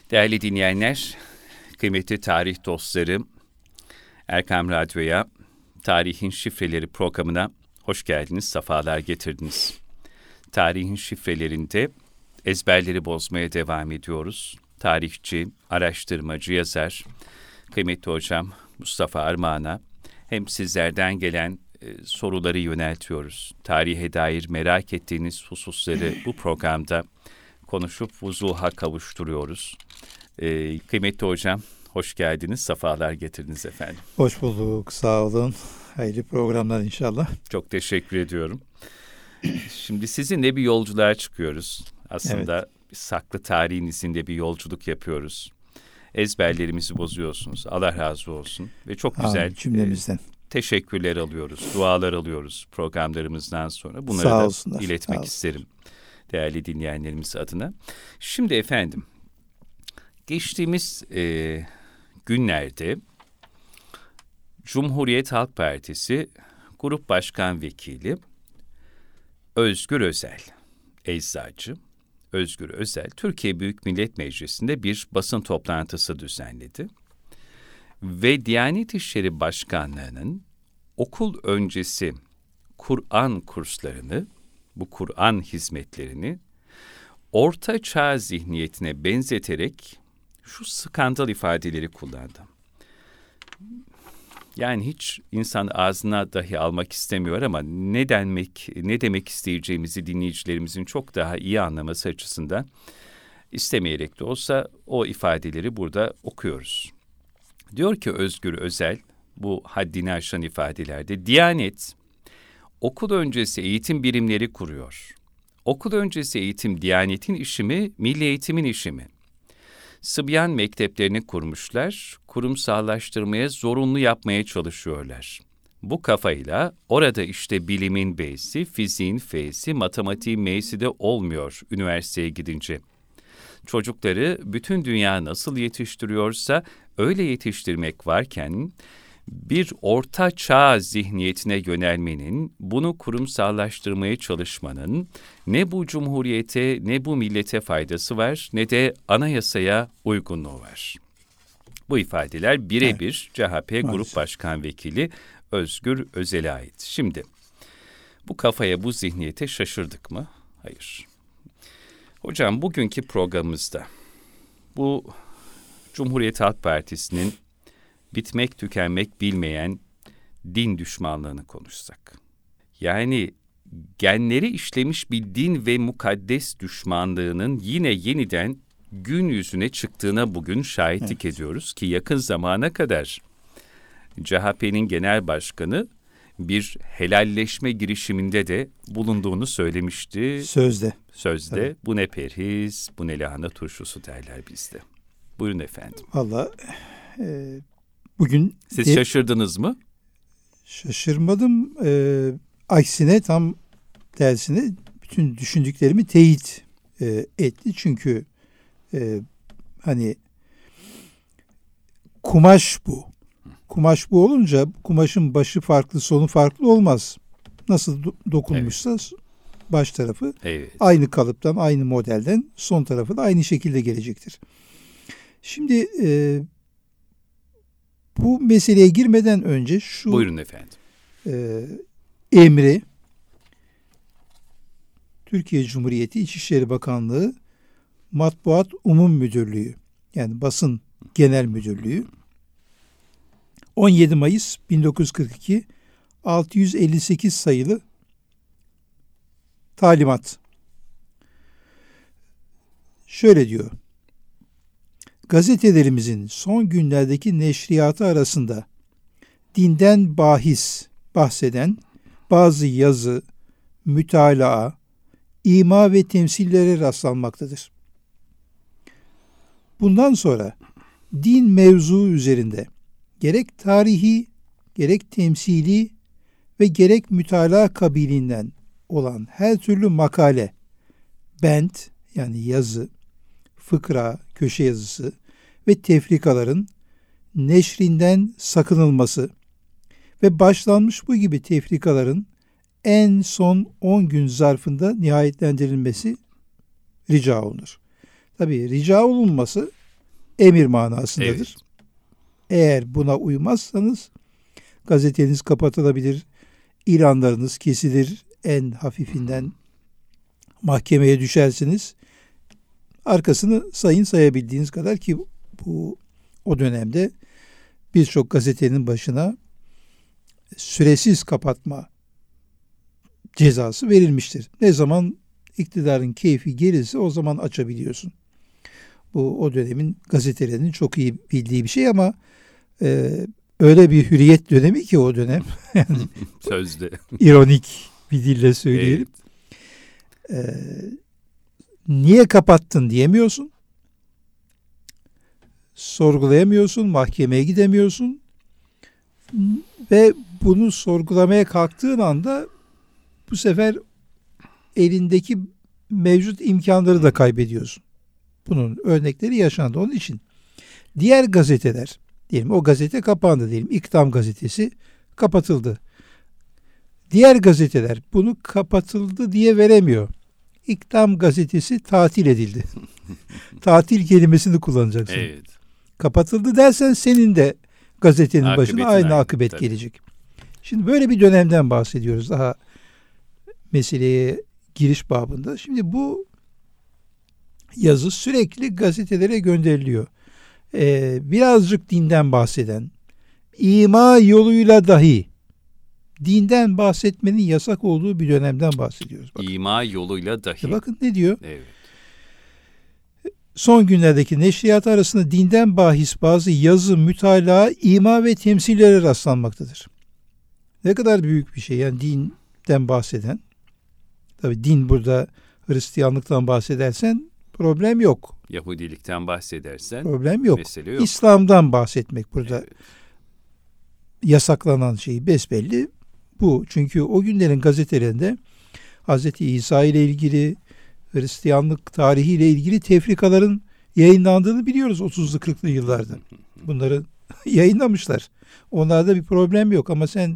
Değerli dinleyenler, kıymetli tarih dostları, Erkam Radyo'ya, Tarihin Şifreleri programına hoş geldiniz, sefalar getirdiniz. Tarihin şifrelerinde ezberleri bozmaya devam ediyoruz. Tarihçi, araştırmacı, yazar, kıymetli hocam Mustafa Armağan'a hem sizlerden gelen soruları yöneltiyoruz. Tarihe dair merak ettiğiniz hususları bu programda konuşup vuzuha kavuşturuyoruz. Kıymetli hocam, hoş geldiniz, sefalar getirdiniz efendim. Hoş bulduk, sağ olun. Hayırlı programlar inşallah. Çok teşekkür ediyorum. Şimdi sizinle bir yolculuğa çıkıyoruz. Aslında saklı tarihin izinde bir yolculuk yapıyoruz. Ezberlerimizi bozuyorsunuz. Allah razı olsun. Ve çok güzel cümlemizden teşekkürler alıyoruz, dualar alıyoruz programlarımızdan sonra. Bunları da iletmek isterim değerli dinleyenlerimiz adına. Şimdi efendim, geçtiğimiz günlerde Cumhuriyet Halk Partisi Grup Başkan Vekili Özgür Özel, eczacı Özgür Özel, Türkiye Büyük Millet Meclisi'nde bir basın toplantısı düzenledi. Ve Diyanet İşleri Başkanlığı'nın okul öncesi Kur'an kurslarını, bu Kur'an hizmetlerini Orta Çağ zihniyetine benzeterek şu skandal ifadeleri kullandı. Yani hiç insan ağzına dahi almak istemiyor ama ne demek isteyeceğimizi dinleyicilerimizin çok daha iyi anlaması açısından istemeyerek de olsa o ifadeleri burada okuyoruz. Diyor ki Özgür Özel, bu haddini aşan ifadelerde, Diyanet okul öncesi eğitim birimleri kuruyor. Okul öncesi eğitim Diyanet'in işi mi, Milli Eğitim'in işi mi? Sıbyan mekteplerini kurmuşlar, kurumsallaştırmaya zorunlu yapmaya çalışıyorlar. Bu kafayla orada işte bilimin B'si, fiziğin F'si, matematiğin M'si de olmuyor üniversiteye gidince. Çocukları bütün dünya nasıl yetiştiriyorsa öyle yetiştirmek varken bir orta çağ zihniyetine yönelmenin, bunu kurumsallaştırmaya çalışmanın ne bu cumhuriyete ne bu millete faydası var ne de anayasaya uygunluğu var. Bu ifadeler birebir CHP Grup Başkan Vekili Özgür Özel'e ait. Şimdi bu kafaya, bu zihniyete şaşırdık mı? Hayır. Hocam bugünkü programımızda bu Cumhuriyet Halk Partisi'nin bitmek tükenmek bilmeyen din düşmanlığını konuşsak. Yani genleri işlemiş bir din ve mukaddes düşmanlığının yine yeniden gün yüzüne çıktığına bugün şahitlik ediyoruz ki yakın zamana kadar CHP'nin genel başkanı bir helalleşme girişiminde de bulunduğunu söylemişti. Sözde. Bu ne perhiz, bu ne lahana turşusu derler bizde. Buyurun efendim. Vallahi bugün... Siz şaşırdınız mı? Şaşırmadım. Aksine tam tersine bütün düşündüklerimi teyit etti. Çünkü hani kumaş bu. Kumaş bu olunca kumaşın başı farklı, sonu farklı olmaz. Nasıl dokunmuşsa baş tarafı aynı kalıptan, aynı modelden, son tarafı da aynı şekilde gelecektir. Şimdi bu meseleye girmeden önce şu buyurun efendim. Emri Türkiye Cumhuriyeti İçişleri Bakanlığı Matbuat Umum Müdürlüğü, yani Basın Genel Müdürlüğü 17 Mayıs 1942 658 sayılı talimat. Şöyle diyor: gazetelerimizin son günlerdeki neşriyatı arasında dinden bahseden bazı yazı, mütalaa, ima ve temsillere rastlanmaktadır. Bundan sonra din mevzuu üzerinde gerek tarihi, gerek temsili ve gerek mütalaa kabiliğinden olan her türlü makale, bent yani yazı, fıkra, köşe yazısı ve tefrikaların neşrinden sakınılması ve başlanmış bu gibi tefrikaların en son 10 gün zarfında nihayetlendirilmesi rica olunur. Tabii rica olunması emir manasındadır. Evet. Eğer buna uymazsanız gazeteniz kapatılabilir, ilanlarınız kesilir, en hafifinden mahkemeye düşersiniz. Arkasını sayın sayabildiğiniz kadar ki o dönemde birçok gazetenin başına süresiz kapatma cezası verilmiştir. Ne zaman iktidarın keyfi gelirse o zaman açabiliyorsun. Bu o dönemin gazetelerinin çok iyi bildiği bir şey ama öyle bir hürriyet dönemi ki o dönem. Yani sözde. İronik bir dille söyleyelim. Niye kapattın diyemiyorsun. Sorgulayamıyorsun, mahkemeye gidemiyorsun. Ve bunu sorgulamaya kalktığın anda bu sefer elindeki mevcut imkanları da kaybediyorsun. Bunun örnekleri yaşandı. Onun için diğer gazeteler, diyelim o gazete kapandı diyelim. İktam gazetesi kapatıldı. Diğer gazeteler bunu kapatıldı diye veremiyor. İktam gazetesi tatil edildi. Tatil kelimesini kullanacaksın. Evet. Kapatıldı dersen senin de gazetenin başına aynı akıbet gelecek. Şimdi böyle bir dönemden bahsediyoruz daha meseleye giriş babında. Şimdi bu yazı sürekli gazetelere gönderiliyor. Birazcık dinden bahseden, ima yoluyla dahi dinden bahsetmenin yasak olduğu bir dönemden bahsediyoruz. Bakın. İma yoluyla dahi. Bakın ne diyor? Evet. Son günlerdeki neşriyat arasında dinden bahis bazı yazı, mütalaa, ima ve temsillere rastlanmaktadır. Ne kadar büyük bir şey. Yani dinden bahseden. Tabii din burada Hristiyanlıktan bahsedersen problem yok. Yahudilikten bahsedersen problem yok. Mesele yok. İslam'dan bahsetmek burada evet. Yasaklanan şey besbelli bu. Çünkü o günlerin gazetelerinde Hz. İsa ile ilgili, Hristiyanlık tarihiyle ilgili tefrikaların yayınlandığını biliyoruz 30'lu 40'lı yıllarda. Bunları yayınlamışlar. Onlarda bir problem yok ama sen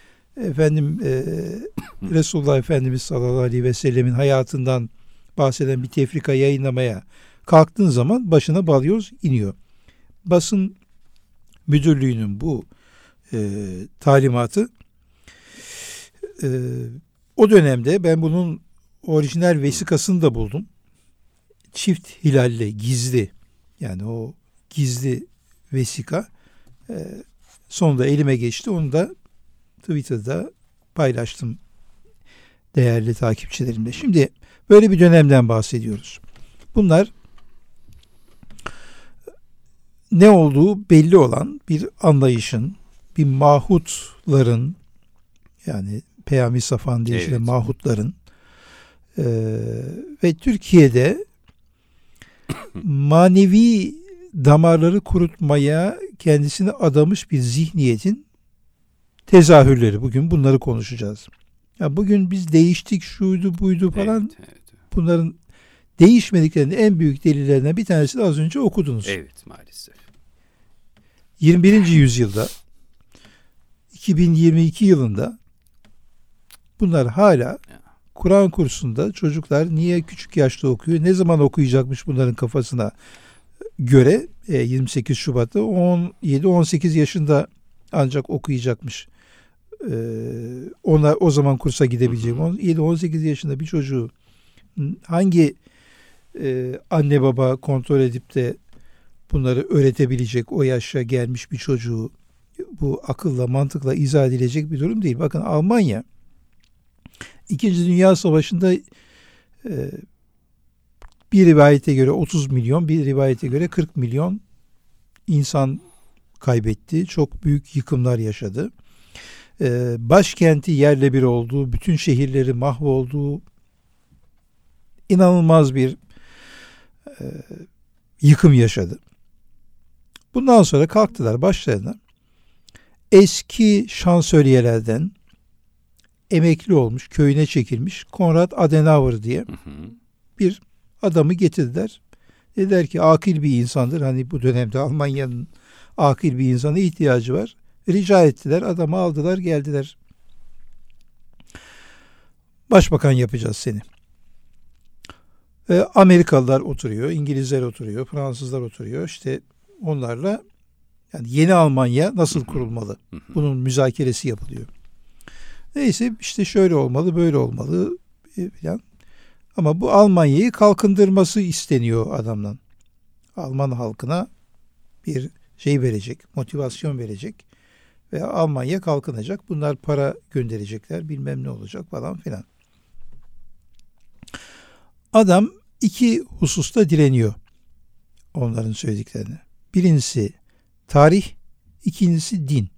Resulullah Efendimiz sallallahu aleyhi ve sellemin hayatından bahseden bir tefrika yayınlamaya kalktığın zaman başına balyoz iniyor. Basın müdürlüğünün bu talimatı o dönemde ben bunun orijinal vesikasını da buldum. Çift hilalle gizli, yani o gizli vesika sonunda elime geçti. Onu da Twitter'da paylaştım değerli takipçilerimle. Şimdi böyle bir dönemden bahsediyoruz. Bunlar ne olduğu belli olan bir anlayışın, bir mahutların, yani Peyami Safan diye işte mahutların ve Türkiye'de manevi damarları kurutmaya kendisini adamış bir zihniyetin tezahürleri. Bugün bunları konuşacağız. Ya bugün biz değiştik, şuydu buydu falan. Evet. Bunların değişmediklerinin en büyük delillerinden bir tanesini az önce okudunuz. Evet, maalesef. 21. yüzyılda 2022 yılında bunlar hala Kur'an kursunda çocuklar niye küçük yaşta okuyor? Ne zaman okuyacakmış bunların kafasına göre 28 Şubat'ta 17-18 yaşında ancak okuyacakmış. Ona o zaman kursa gidebilecek. 17-18 yaşında bir çocuğu hangi anne baba kontrol edip de bunları öğretebilecek, o yaşa gelmiş bir çocuğu bu akılla, mantıkla izah edilecek bir durum değil. Bakın Almanya 2. Dünya Savaşı'nda bir rivayete göre 30 milyon, bir rivayete göre 40 milyon insan kaybetti. Çok büyük yıkımlar yaşadı. Başkenti yerle bir olduğu, bütün şehirleri mahvolduğu inanılmaz bir yıkım yaşadı. Bundan sonra kalktılar başlarına eski şansölyelerden emekli olmuş, köyüne çekilmiş Konrad Adenauer diye bir adamı getirdiler. Dediler ki akil bir insandır. Hani bu dönemde Almanya'nın akil bir insana ihtiyacı var. Rica ettiler. Adamı aldılar, geldiler. Başbakan yapacağız seni. Amerikalılar oturuyor, İngilizler oturuyor, Fransızlar oturuyor. İşte onlarla yani yeni Almanya nasıl kurulmalı? Bunun müzakeresi yapılıyor. Neyse işte şöyle olmalı, böyle olmalı falan. Ama bu Almanya'yı kalkındırması isteniyor adamdan. Alman halkına bir şey verecek, motivasyon verecek ve Almanya kalkınacak. Bunlar para gönderecekler, bilmem ne olacak falan filan. Adam iki hususta direniyor onların söylediklerine. Birincisi tarih, ikincisi din.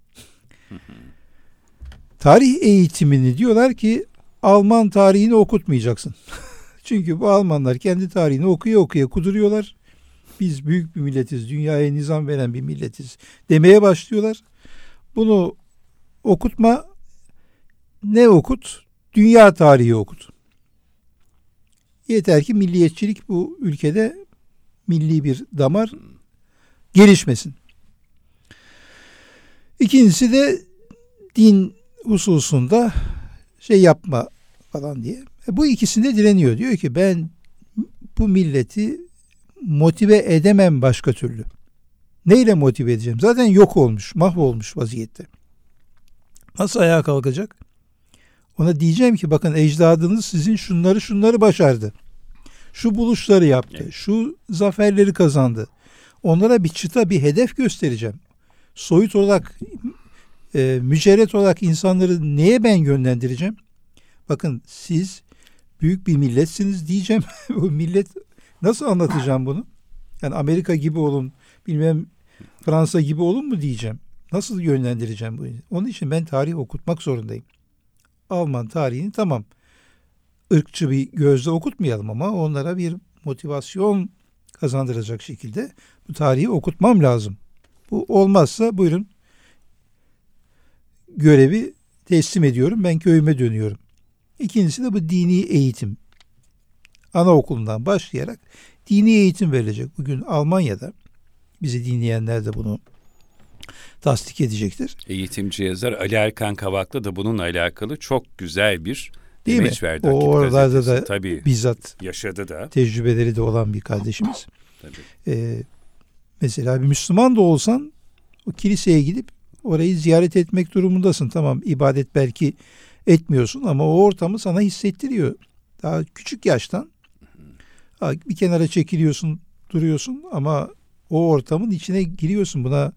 Tarih eğitimini diyorlar ki Alman tarihini okutmayacaksın. Çünkü bu Almanlar kendi tarihini okuya okuya kuduruyorlar. Biz büyük bir milletiz, dünyaya nizam veren bir milletiz demeye başlıyorlar. Bunu okutma, ne okut? Dünya tarihi okut. Yeter ki milliyetçilik bu ülkede milli bir damar gelişmesin. İkincisi de din hususunda şey yapma falan diye. Bu ikisinde direniyor. Diyor ki ben bu milleti motive edemem başka türlü. Neyle motive edeceğim? Zaten yok olmuş, mahvolmuş vaziyette. Nasıl ayağa kalkacak? Ona diyeceğim ki bakın ecdadınız sizin şunları başardı. Şu buluşları yaptı. Evet. Şu zaferleri kazandı. Onlara bir çıta, bir hedef göstereceğim. Soyut olarak, mücerret olarak insanları neye ben yönlendireceğim? Bakın siz büyük bir milletsiniz diyeceğim. Bu millet nasıl anlatacağım bunu? Yani Amerika gibi olun, bilmem Fransa gibi olun mu diyeceğim. Nasıl yönlendireceğim bunu? Onun için ben tarih okutmak zorundayım. Alman tarihini tamam, ırkçı bir gözle okutmayalım ama onlara bir motivasyon kazandıracak şekilde bu tarihi okutmam lazım. Bu olmazsa buyurun görevi teslim ediyorum. Ben köyüme dönüyorum. İkincisi de bu dini eğitim. Anaokulundan başlayarak dini eğitim verilecek. Bugün Almanya'da bizi dinleyenler de bunu tasdik edecektir. Eğitimci yazar Ali Erkan Kavaklı da bununla alakalı çok güzel bir değil demeç mi? verdi. O oralarda da tabii, bizzat yaşadı da. Tecrübeleri de olan bir kardeşimiz. Mesela bir Müslüman da olsan o kiliseye gidip orayı ziyaret etmek durumundasın. Tamam, ibadet belki etmiyorsun ama o ortamı sana hissettiriyor. Daha küçük yaştan bir kenara çekiliyorsun, duruyorsun ama o ortamın içine giriyorsun. Buna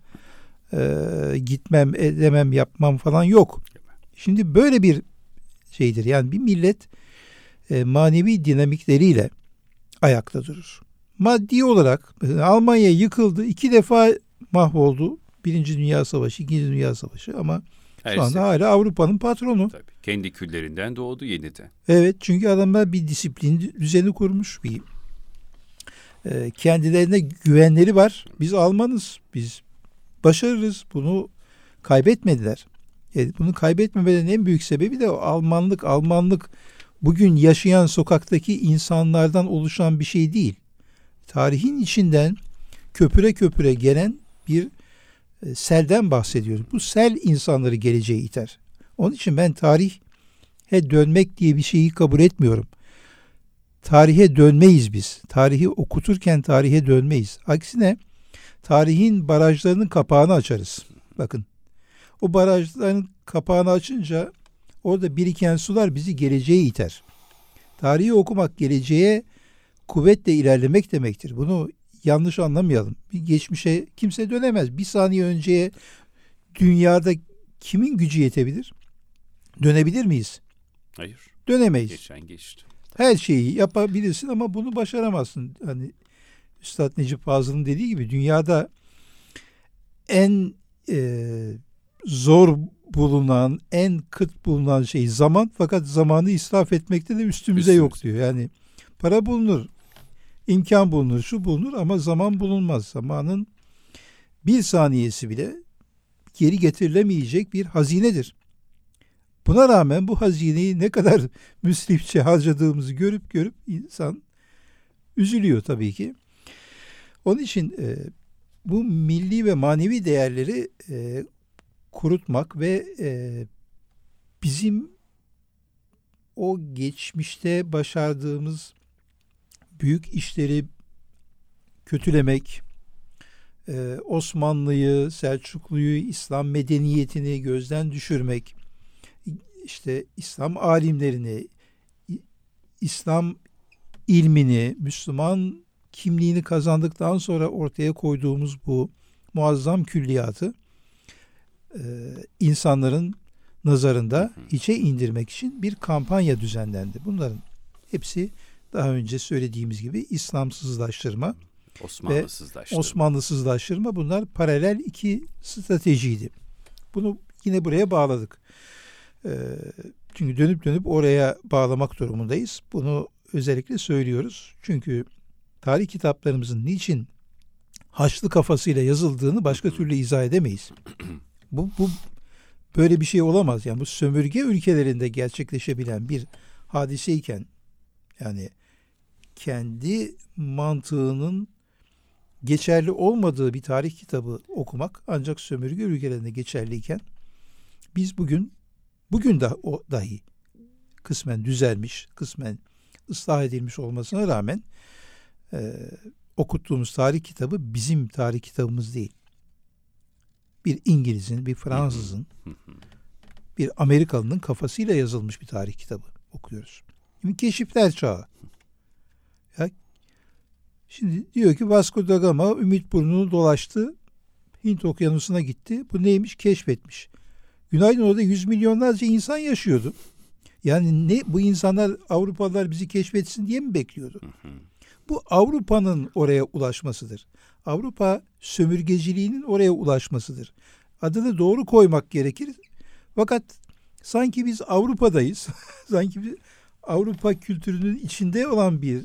gitmem, edemem, yapmam falan yok. Şimdi böyle bir şeydir. Yani bir millet manevi dinamikleriyle ayakta durur. Maddi olarak Almanya yıkıldı. 2 defa mahvoldu. 1. Dünya Savaşı, 2. Dünya Savaşı ama şu anda hala Avrupa'nın patronu. Tabii. Kendi küllerinden doğdu yeniden. Evet, çünkü adamlar bir disiplin düzeni kurmuş. Bir kendilerine güvenleri var. Biz Almanız. Biz başarırız. Bunu kaybetmediler. Bunu kaybetmemelerinin en büyük sebebi de o Almanlık. Almanlık bugün yaşayan sokaktaki insanlardan oluşan bir şey değil. Tarihin içinden köpüre köpüre gelen bir selden bahsediyoruz. Bu sel insanları geleceğe iter. Onun için ben tarihe dönmek diye bir şeyi kabul etmiyorum. Tarihe dönmeyiz biz. Tarihi okuturken tarihe dönmeyiz. Aksine tarihin barajlarının kapağını açarız. Bakın, o barajların kapağını açınca orada biriken sular bizi geleceğe iter. Tarihi okumak geleceğe kuvvetle ilerlemek demektir. Bunu yanlış anlamayalım. Bir geçmişe kimse dönemez. Bir saniye önceye dünyada kimin gücü yetebilir? Dönebilir miyiz? Hayır. Dönemeyiz. Geçen geçti. Her şeyi yapabilirsin ama bunu başaramazsın. Hani Üstad Necip Fazıl'ın dediği gibi dünyada en zor bulunan, en kıt bulunan şey zaman, fakat zamanı israf etmekte de üstümüze yok diyor. Yani para bulunur, imkan bulunur, şu bulunur ama zaman bulunmaz. Zamanın bir saniyesi bile geri getirilemeyecek bir hazinedir. Buna rağmen bu hazineyi ne kadar müsrifçe harcadığımızı görüp insan üzülüyor tabii ki. Onun için bu milli ve manevi değerleri kurutmak ve bizim o geçmişte başardığımız büyük işleri kötülemek, Osmanlı'yı, Selçuklu'yu, İslam medeniyetini gözden düşürmek, işte İslam alimlerini, İslam ilmini, Müslüman kimliğini kazandıktan sonra ortaya koyduğumuz bu muazzam külliyatı insanların nazarında hiçe indirmek için bir kampanya düzenlendi. Bunların hepsi daha önce söylediğimiz gibi İslamsızlaştırma ve Osmanlısızlaştırma, bunlar paralel iki stratejiydi. Bunu yine buraya bağladık. Çünkü dönüp dönüp oraya bağlamak durumundayız. Bunu özellikle söylüyoruz. Çünkü tarih kitaplarımızın niçin Haçlı kafasıyla yazıldığını başka türlü izah edemeyiz. Bu böyle bir şey olamaz. Yani bu sömürge ülkelerinde gerçekleşebilen bir hadiseyken, yani kendi mantığının geçerli olmadığı bir tarih kitabı okumak ancak sömürge ülkelerinde geçerliyken, biz bugün de o dahi kısmen düzelmiş, kısmen ıslah edilmiş olmasına rağmen okuttuğumuz tarih kitabı bizim tarih kitabımız değil. Bir İngiliz'in, bir Fransız'ın, bir Amerikalı'nın kafasıyla yazılmış bir tarih kitabı okuyoruz. Şimdi keşifler çağı. Ya, şimdi diyor ki Vasco da Gama Ümitburnu'nu dolaştı, Hint Okyanusu'na gitti. Bu neymiş? Keşfetmiş. Günaydın, orada 100 milyonlarca insan yaşıyordu. Yani ne, bu insanlar, Avrupalılar bizi keşfetsin diye mi bekliyordu? Bu Avrupa'nın oraya ulaşmasıdır. Avrupa sömürgeciliğinin oraya ulaşmasıdır. Adını doğru koymak gerekir. Fakat sanki biz Avrupa'dayız. Sanki biz Avrupa kültürünün içinde olan bir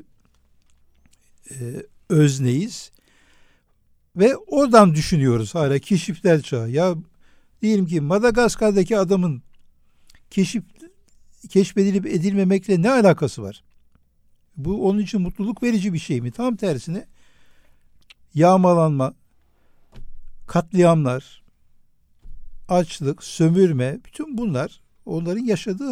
özneyiz. Ve oradan düşünüyoruz hala keşifler çağı. Ya diyelim ki Madagaskar'daki adamın keşfedilip edilmemekle ne alakası var? Bu onun için mutluluk verici bir şey mi? Tam tersine yağmalanma, katliamlar, açlık, sömürme, bütün bunlar onların yaşadığı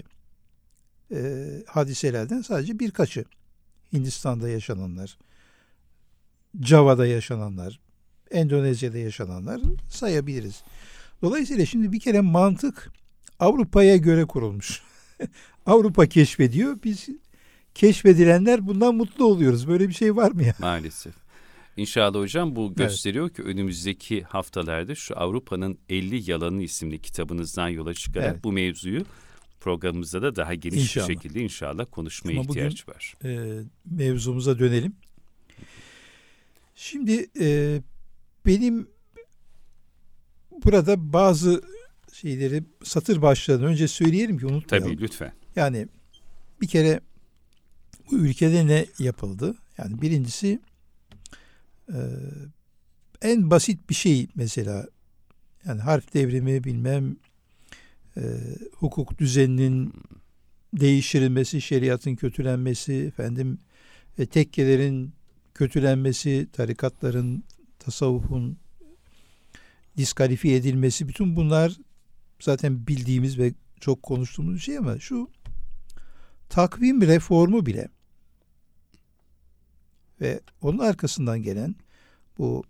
hadiselerden sadece birkaçı. Hindistan'da yaşananlar, Java'da yaşananlar, Endonezya'da yaşananlar sayabiliriz. Dolayısıyla şimdi bir kere mantık Avrupa'ya göre kurulmuş. Avrupa keşfediyor, biz keşfedilenler bundan mutlu oluyoruz. Böyle bir şey var mı ya? Maalesef. İnşallah hocam bu gösteriyor ki önümüzdeki haftalarda şu Avrupa'nın 50 Yalanı isimli kitabınızdan yola çıkarak bu mevzuyu programımızda da daha geniş bir şekilde inşallah konuşmaya ihtiyaç var. Mevzumuza dönelim. Şimdi benim burada bazı şeyleri, satır başlarını önce söyleyelim ki unutmayalım. Tabii, lütfen. Yani bir kere bu ülkede ne yapıldı? Yani birincisi en basit bir şey mesela, yani harf devrimi, bilmem hukuk düzeninin değiştirilmesi, şeriatın kötülenmesi, tekkelerin kötülenmesi, tarikatların, tasavvufun diskalifiye edilmesi, bütün bunlar zaten bildiğimiz ve çok konuştuğumuz bir şey, ama şu takvim reformu bile ve onun arkasından gelen bu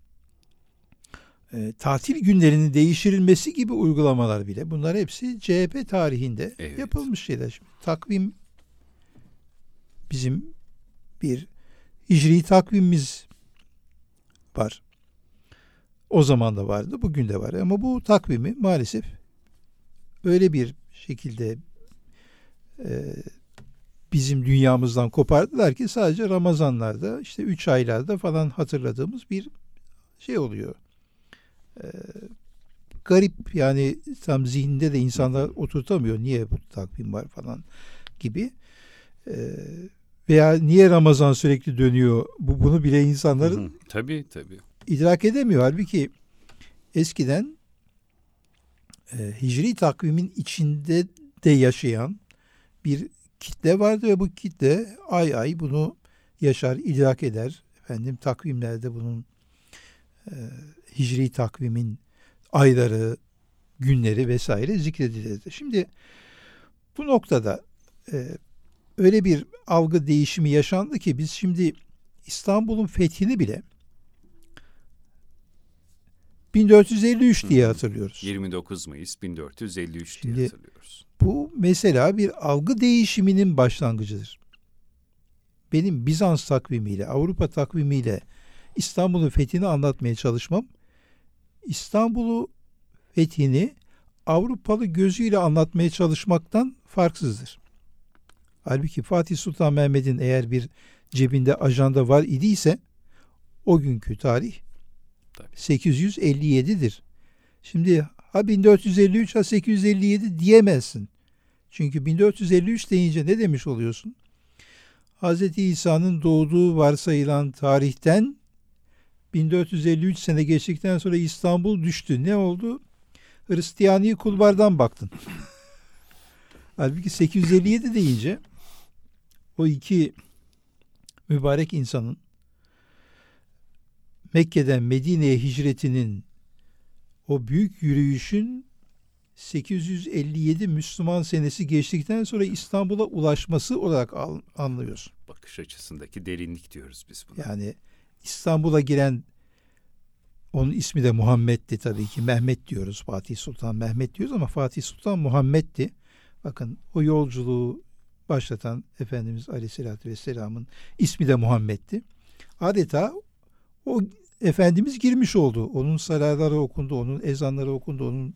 tatil günlerinin değiştirilmesi gibi uygulamalar bile, bunlar hepsi CHP tarihinde yapılmış şeyler. Şimdi takvim, bizim bir hicri takvimimiz var. O zaman da vardı, bugün de var. Ama bu takvimi maalesef öyle bir şekilde bizim dünyamızdan kopardılar ki sadece Ramazanlarda, işte 3 aylarda falan hatırladığımız bir şey oluyor. Garip, yani tam zihninde de insanlar oturtamıyor. Niye bu takvim var falan gibi. Veya niye Ramazan sürekli dönüyor? Bunu bile insanlar tabii idrak edemiyor. Halbuki eskiden hicri takvimin içinde de yaşayan bir kitle vardı ve bu kitle ay ay bunu yaşar, idrak eder. Takvimlerde bunun hicri takvimin ayları, günleri vesaire zikredilirdi. Şimdi bu noktada öyle bir algı değişimi yaşandı ki biz şimdi İstanbul'un fethini bile 1453 diye hatırlıyoruz. 29 Mayıs 1453 diye hatırlıyoruz. Bu mesela bir algı değişiminin başlangıcıdır. Benim Bizans takvimiyle, Avrupa takvimiyle İstanbul'un fethini anlatmaya çalışmam, İstanbul'u fethini Avrupalı gözüyle anlatmaya çalışmaktan farksızdır. Halbuki Fatih Sultan Mehmet'in eğer bir cebinde ajanda var idiyse o günkü tarih 857'dir. Şimdi ha 1453 ha 857 diyemezsin. Çünkü 1453 deyince ne demiş oluyorsun? Hz. İsa'nın doğduğu varsayılan tarihten 1453 sene geçtikten sonra İstanbul düştü. Ne oldu? Hristiyani kulvardan baktın. Halbuki 857 deyince o iki mübarek insanın Mekke'den Medine'ye hicretinin, o büyük yürüyüşün 857 Müslüman senesi geçtikten sonra İstanbul'a ulaşması olarak anlıyorsun. Bakış açısındaki derinlik diyoruz biz buna. Yani İstanbul'a giren, onun ismi de Muhammed'di tabii ki. Mehmet diyoruz. Fatih Sultan Mehmet diyoruz ama Fatih Sultan Muhammed'di. Bakın o yolculuğu başlatan Efendimiz Aleyhisselatü Vesselam'ın ismi de Muhammed'di. Adeta o Efendimiz girmiş oldu. Onun salatları okundu, onun ezanları okundu, onun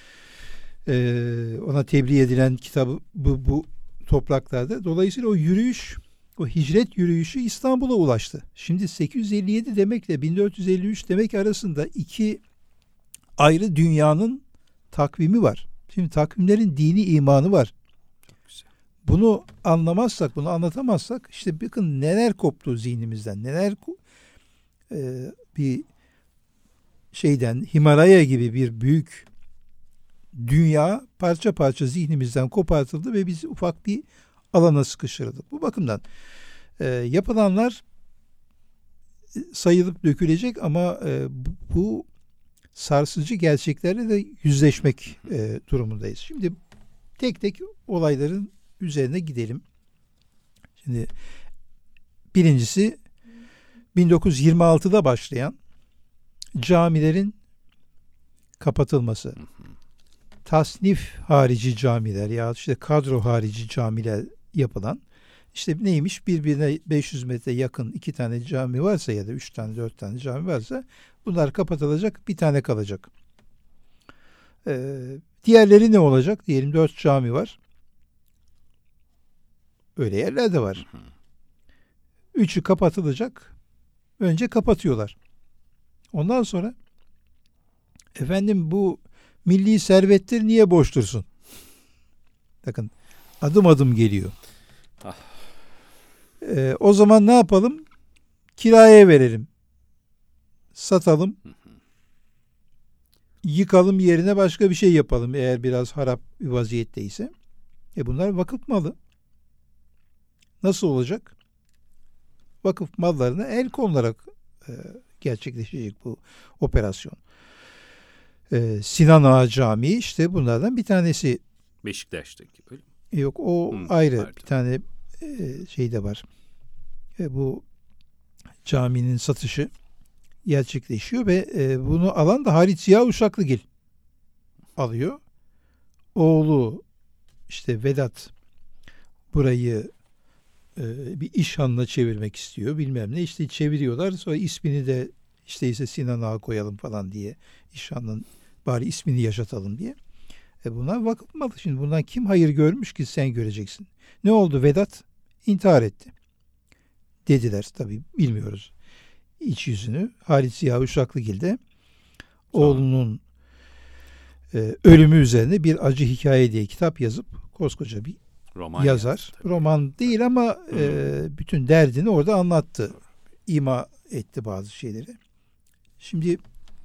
ona tebliğ edilen kitabı bu topraklarda. Dolayısıyla o yürüyüş, o hicret yürüyüşü İstanbul'a ulaştı. Şimdi 857 demekle 1453 demek arasında iki ayrı dünyanın takvimi var. Şimdi takvimlerin dini imanı var. Çok güzel. Bunu anlamazsak, bunu anlatamazsak işte bakın neler koptu zihnimizden, neler bir şeyden, Himalaya gibi bir büyük dünya parça parça zihnimizden kopartıldı ve biz ufak bir alana sıkıştırıldık. Bu bakımdan yapılanlar sayılıp dökülecek ama bu sarsıcı gerçeklerle de yüzleşmek durumundayız. Şimdi tek tek olayların üzerine gidelim. Şimdi birincisi 1926'da başlayan camilerin kapatılması. Tasnif harici camiler ya işte kadro harici camiler yapılan, işte neymiş, birbirine 500 metre yakın 2 tane cami varsa ya da 3 tane 4 tane cami varsa bunlar kapatılacak, bir tane kalacak. Diğerleri ne olacak? Diyelim 4 cami var. Öyle yerler de var. 3'ü kapatılacak. Önce kapatıyorlar. Ondan sonra efendim bu milli servettir, niye boş dursun? Bakın adım adım geliyor. O zaman ne yapalım? Kiraya verelim. Satalım. Yıkalım, yerine başka bir şey yapalım eğer biraz harap bir vaziyetteyse. Bunlar vakıf malı. Nasıl olacak? Vakıf mallarına el konularak gerçekleşecek bu operasyon. Sinan Ağa Camii işte bunlardan bir tanesi. Beşiktaş'taki öyle mi? Yok, o ayrı. Pardon. Bir tane şey de var. Bu caminin satışı gerçekleşiyor ve bunu alan da Halit Ziya Uşaklıgil alıyor. Oğlu işte Vedat burayı bir iş hanına çevirmek istiyor, bilmem ne, işte çeviriyorlar, sonra ismini de işte ise Sinan Ağa koyalım falan diye, iş hanının bari ismini yaşatalım diye. Bunlar vakıf malı. Şimdi bundan kim hayır görmüş ki sen göreceksin. Ne oldu? Vedat intihar etti dediler. Tabii bilmiyoruz iç yüzünü. Halit Ziya Uşaklıgil oğlunun ölümü üzerine bir acı hikaye diye kitap yazıp koskoca bir roman yazar. Roman değil ama bütün derdini orada anlattı. İma etti bazı şeyleri. Şimdi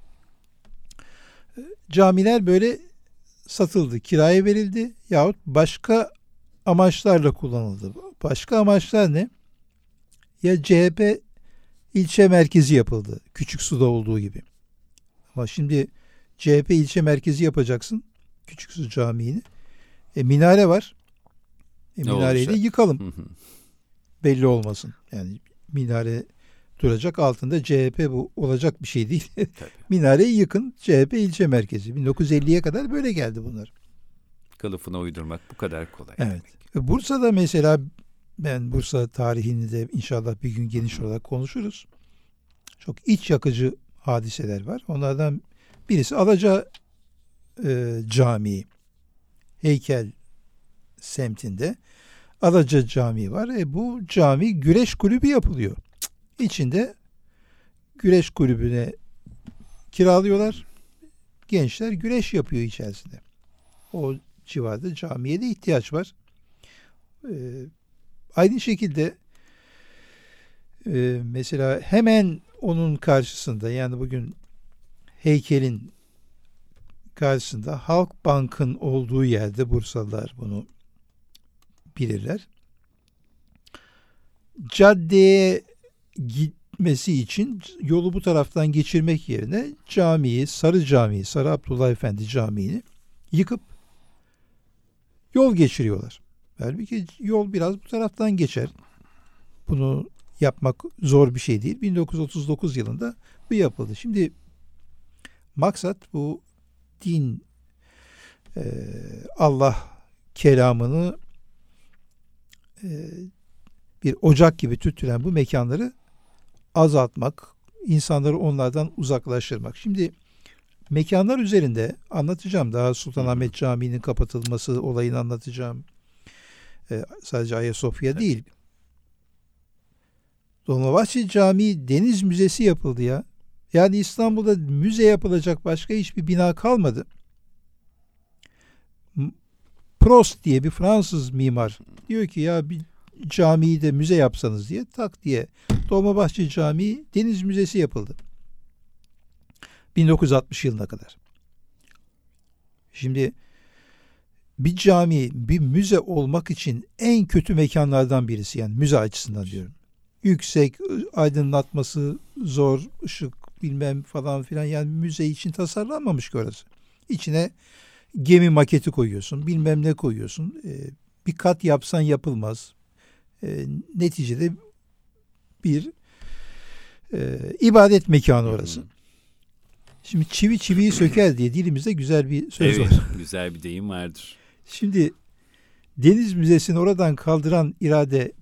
camiler böyle satıldı, kiraya verildi yahut başka amaçlarla kullanıldı. Başka amaçlar ne? Ya CHP ilçe merkezi yapıldı. Küçüksu'da olduğu gibi. Ama şimdi CHP ilçe merkezi yapacaksın. Küçüksu Camii'ni. Minare var. Minareyi de yıkalım. Belli olmasın. Yani minare duracak. Altında CHP, bu olacak bir şey değil. Minareyi yıkın, CHP ilçe merkezi. 1950'ye kadar böyle geldi bunlar. Kılıfına uydurmak bu kadar kolay. Evet. Bursa'da mesela, ben Bursa tarihini de inşallah bir gün geniş olarak konuşuruz. Çok iç yakıcı hadiseler var. Onlardan birisi Alaca Camii. Heykel semtinde Alaca Camii var. Bu cami güreş kulübü yapılıyor. İçinde güreş kulübüne kiralıyorlar. Gençler güreş yapıyor içerisinde. O civarda camiye de ihtiyaç var. Aynı şekilde mesela hemen onun karşısında, yani bugün heykelin karşısında Halkbank'ın olduğu yerde, Bursalılar bunu bilirler. Caddeye gitmesi için yolu bu taraftan geçirmek yerine camiyi, Sarı Camii, Sarı Abdullah Efendi Camii'ni yıkıp yol geçiriyorlar. Halbuki yol biraz bu taraftan geçer. Bunu yapmak zor bir şey değil. 1939 yılında bu yapıldı. Şimdi maksat bu din, Allah kelamını bir ocak gibi tüttüren bu mekanları azaltmak, insanları onlardan uzaklaştırmak. Şimdi mekanlar üzerinde anlatacağım. Daha Sultanahmet Camii'nin kapatılması olayını anlatacağım. Sadece Ayasofya değil. Dolmabahçe Camii Deniz Müzesi yapıldı ya. Yani İstanbul'da müze yapılacak başka hiçbir bina kalmadı. Prost diye bir Fransız mimar diyor ki ya bir camiyi de müze yapsanız diye, tak diye Dolmabahçe Camii Deniz Müzesi yapıldı. 1960 yılına kadar. Şimdi bir cami bir müze olmak için en kötü mekanlardan birisi, yani müze açısından diyorum. Yüksek, aydınlatması zor, ışık bilmem falan filan, yani müze için tasarlanmamış ki orası. İçine gemi maketi koyuyorsun, bilmem ne koyuyorsun. Bir kat yapsan yapılmaz. Neticede bir ibadet mekanı orası. Şimdi çivi çiviyi söker diye dilimizde güzel bir söz var. Güzel bir deyim vardır. Şimdi Deniz Müzesi'ni oradan kaldıran irade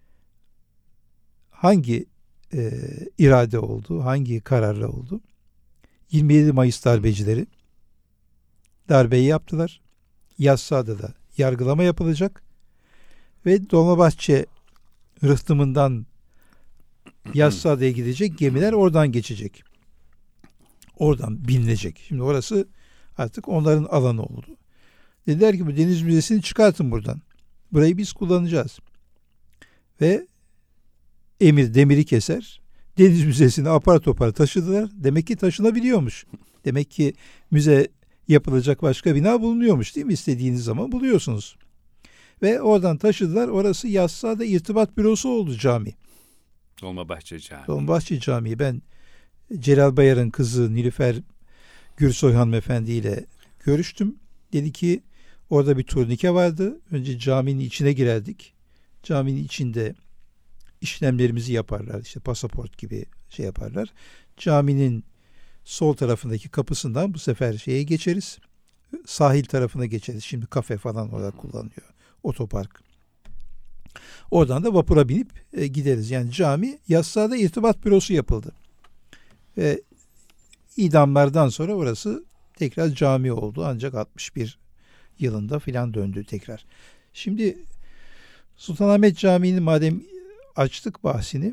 hangi irade oldu? Hangi kararla oldu? 27 Mayıs darbecileri darbeyi yaptılar. Yassıada yargılama yapılacak ve Dolmabahçe rıhtımından Yassıada'ya gidecek gemiler oradan geçecek. Oradan bilinecek. Şimdi orası artık onların alanı oldu. Dediler ki bu Deniz Müzesi'ni çıkartın buradan. Burayı biz kullanacağız. Ve emir demiri keser. Deniz Müzesi'ni apar topar taşıdılar. Demek ki taşınabiliyormuş. Demek ki müze yapılacak başka bina bulunuyormuş, değil mi? İstediğiniz zaman buluyorsunuz. Ve oradan taşıdılar. Orası Yassıada İrtibat Bürosu oldu cami. Dolmabahçe Camii. Dolmabahçe Camii. Ben Celal Bayar'ın kızı Nilüfer Gürsoy hanımefendi ile görüştüm. Dedi ki orada bir turnike vardı. Önce caminin içine girerdik. Caminin içinde işlemlerimizi yaparlar. İşte pasaport gibi şey yaparlar. Caminin sol tarafındaki kapısından bu sefer şeye geçeriz. Sahil tarafına geçeriz. Şimdi kafe falan olarak kullanılıyor. Otopark. Oradan da vapura binip gideriz. Yani cami Yassıada İrtibat Bürosu yapıldı. Ve idamlardan sonra orası tekrar cami oldu. Ancak 61 yılında filan döndü tekrar. Şimdi Sultanahmet Camii'ni madem açtık bahsini,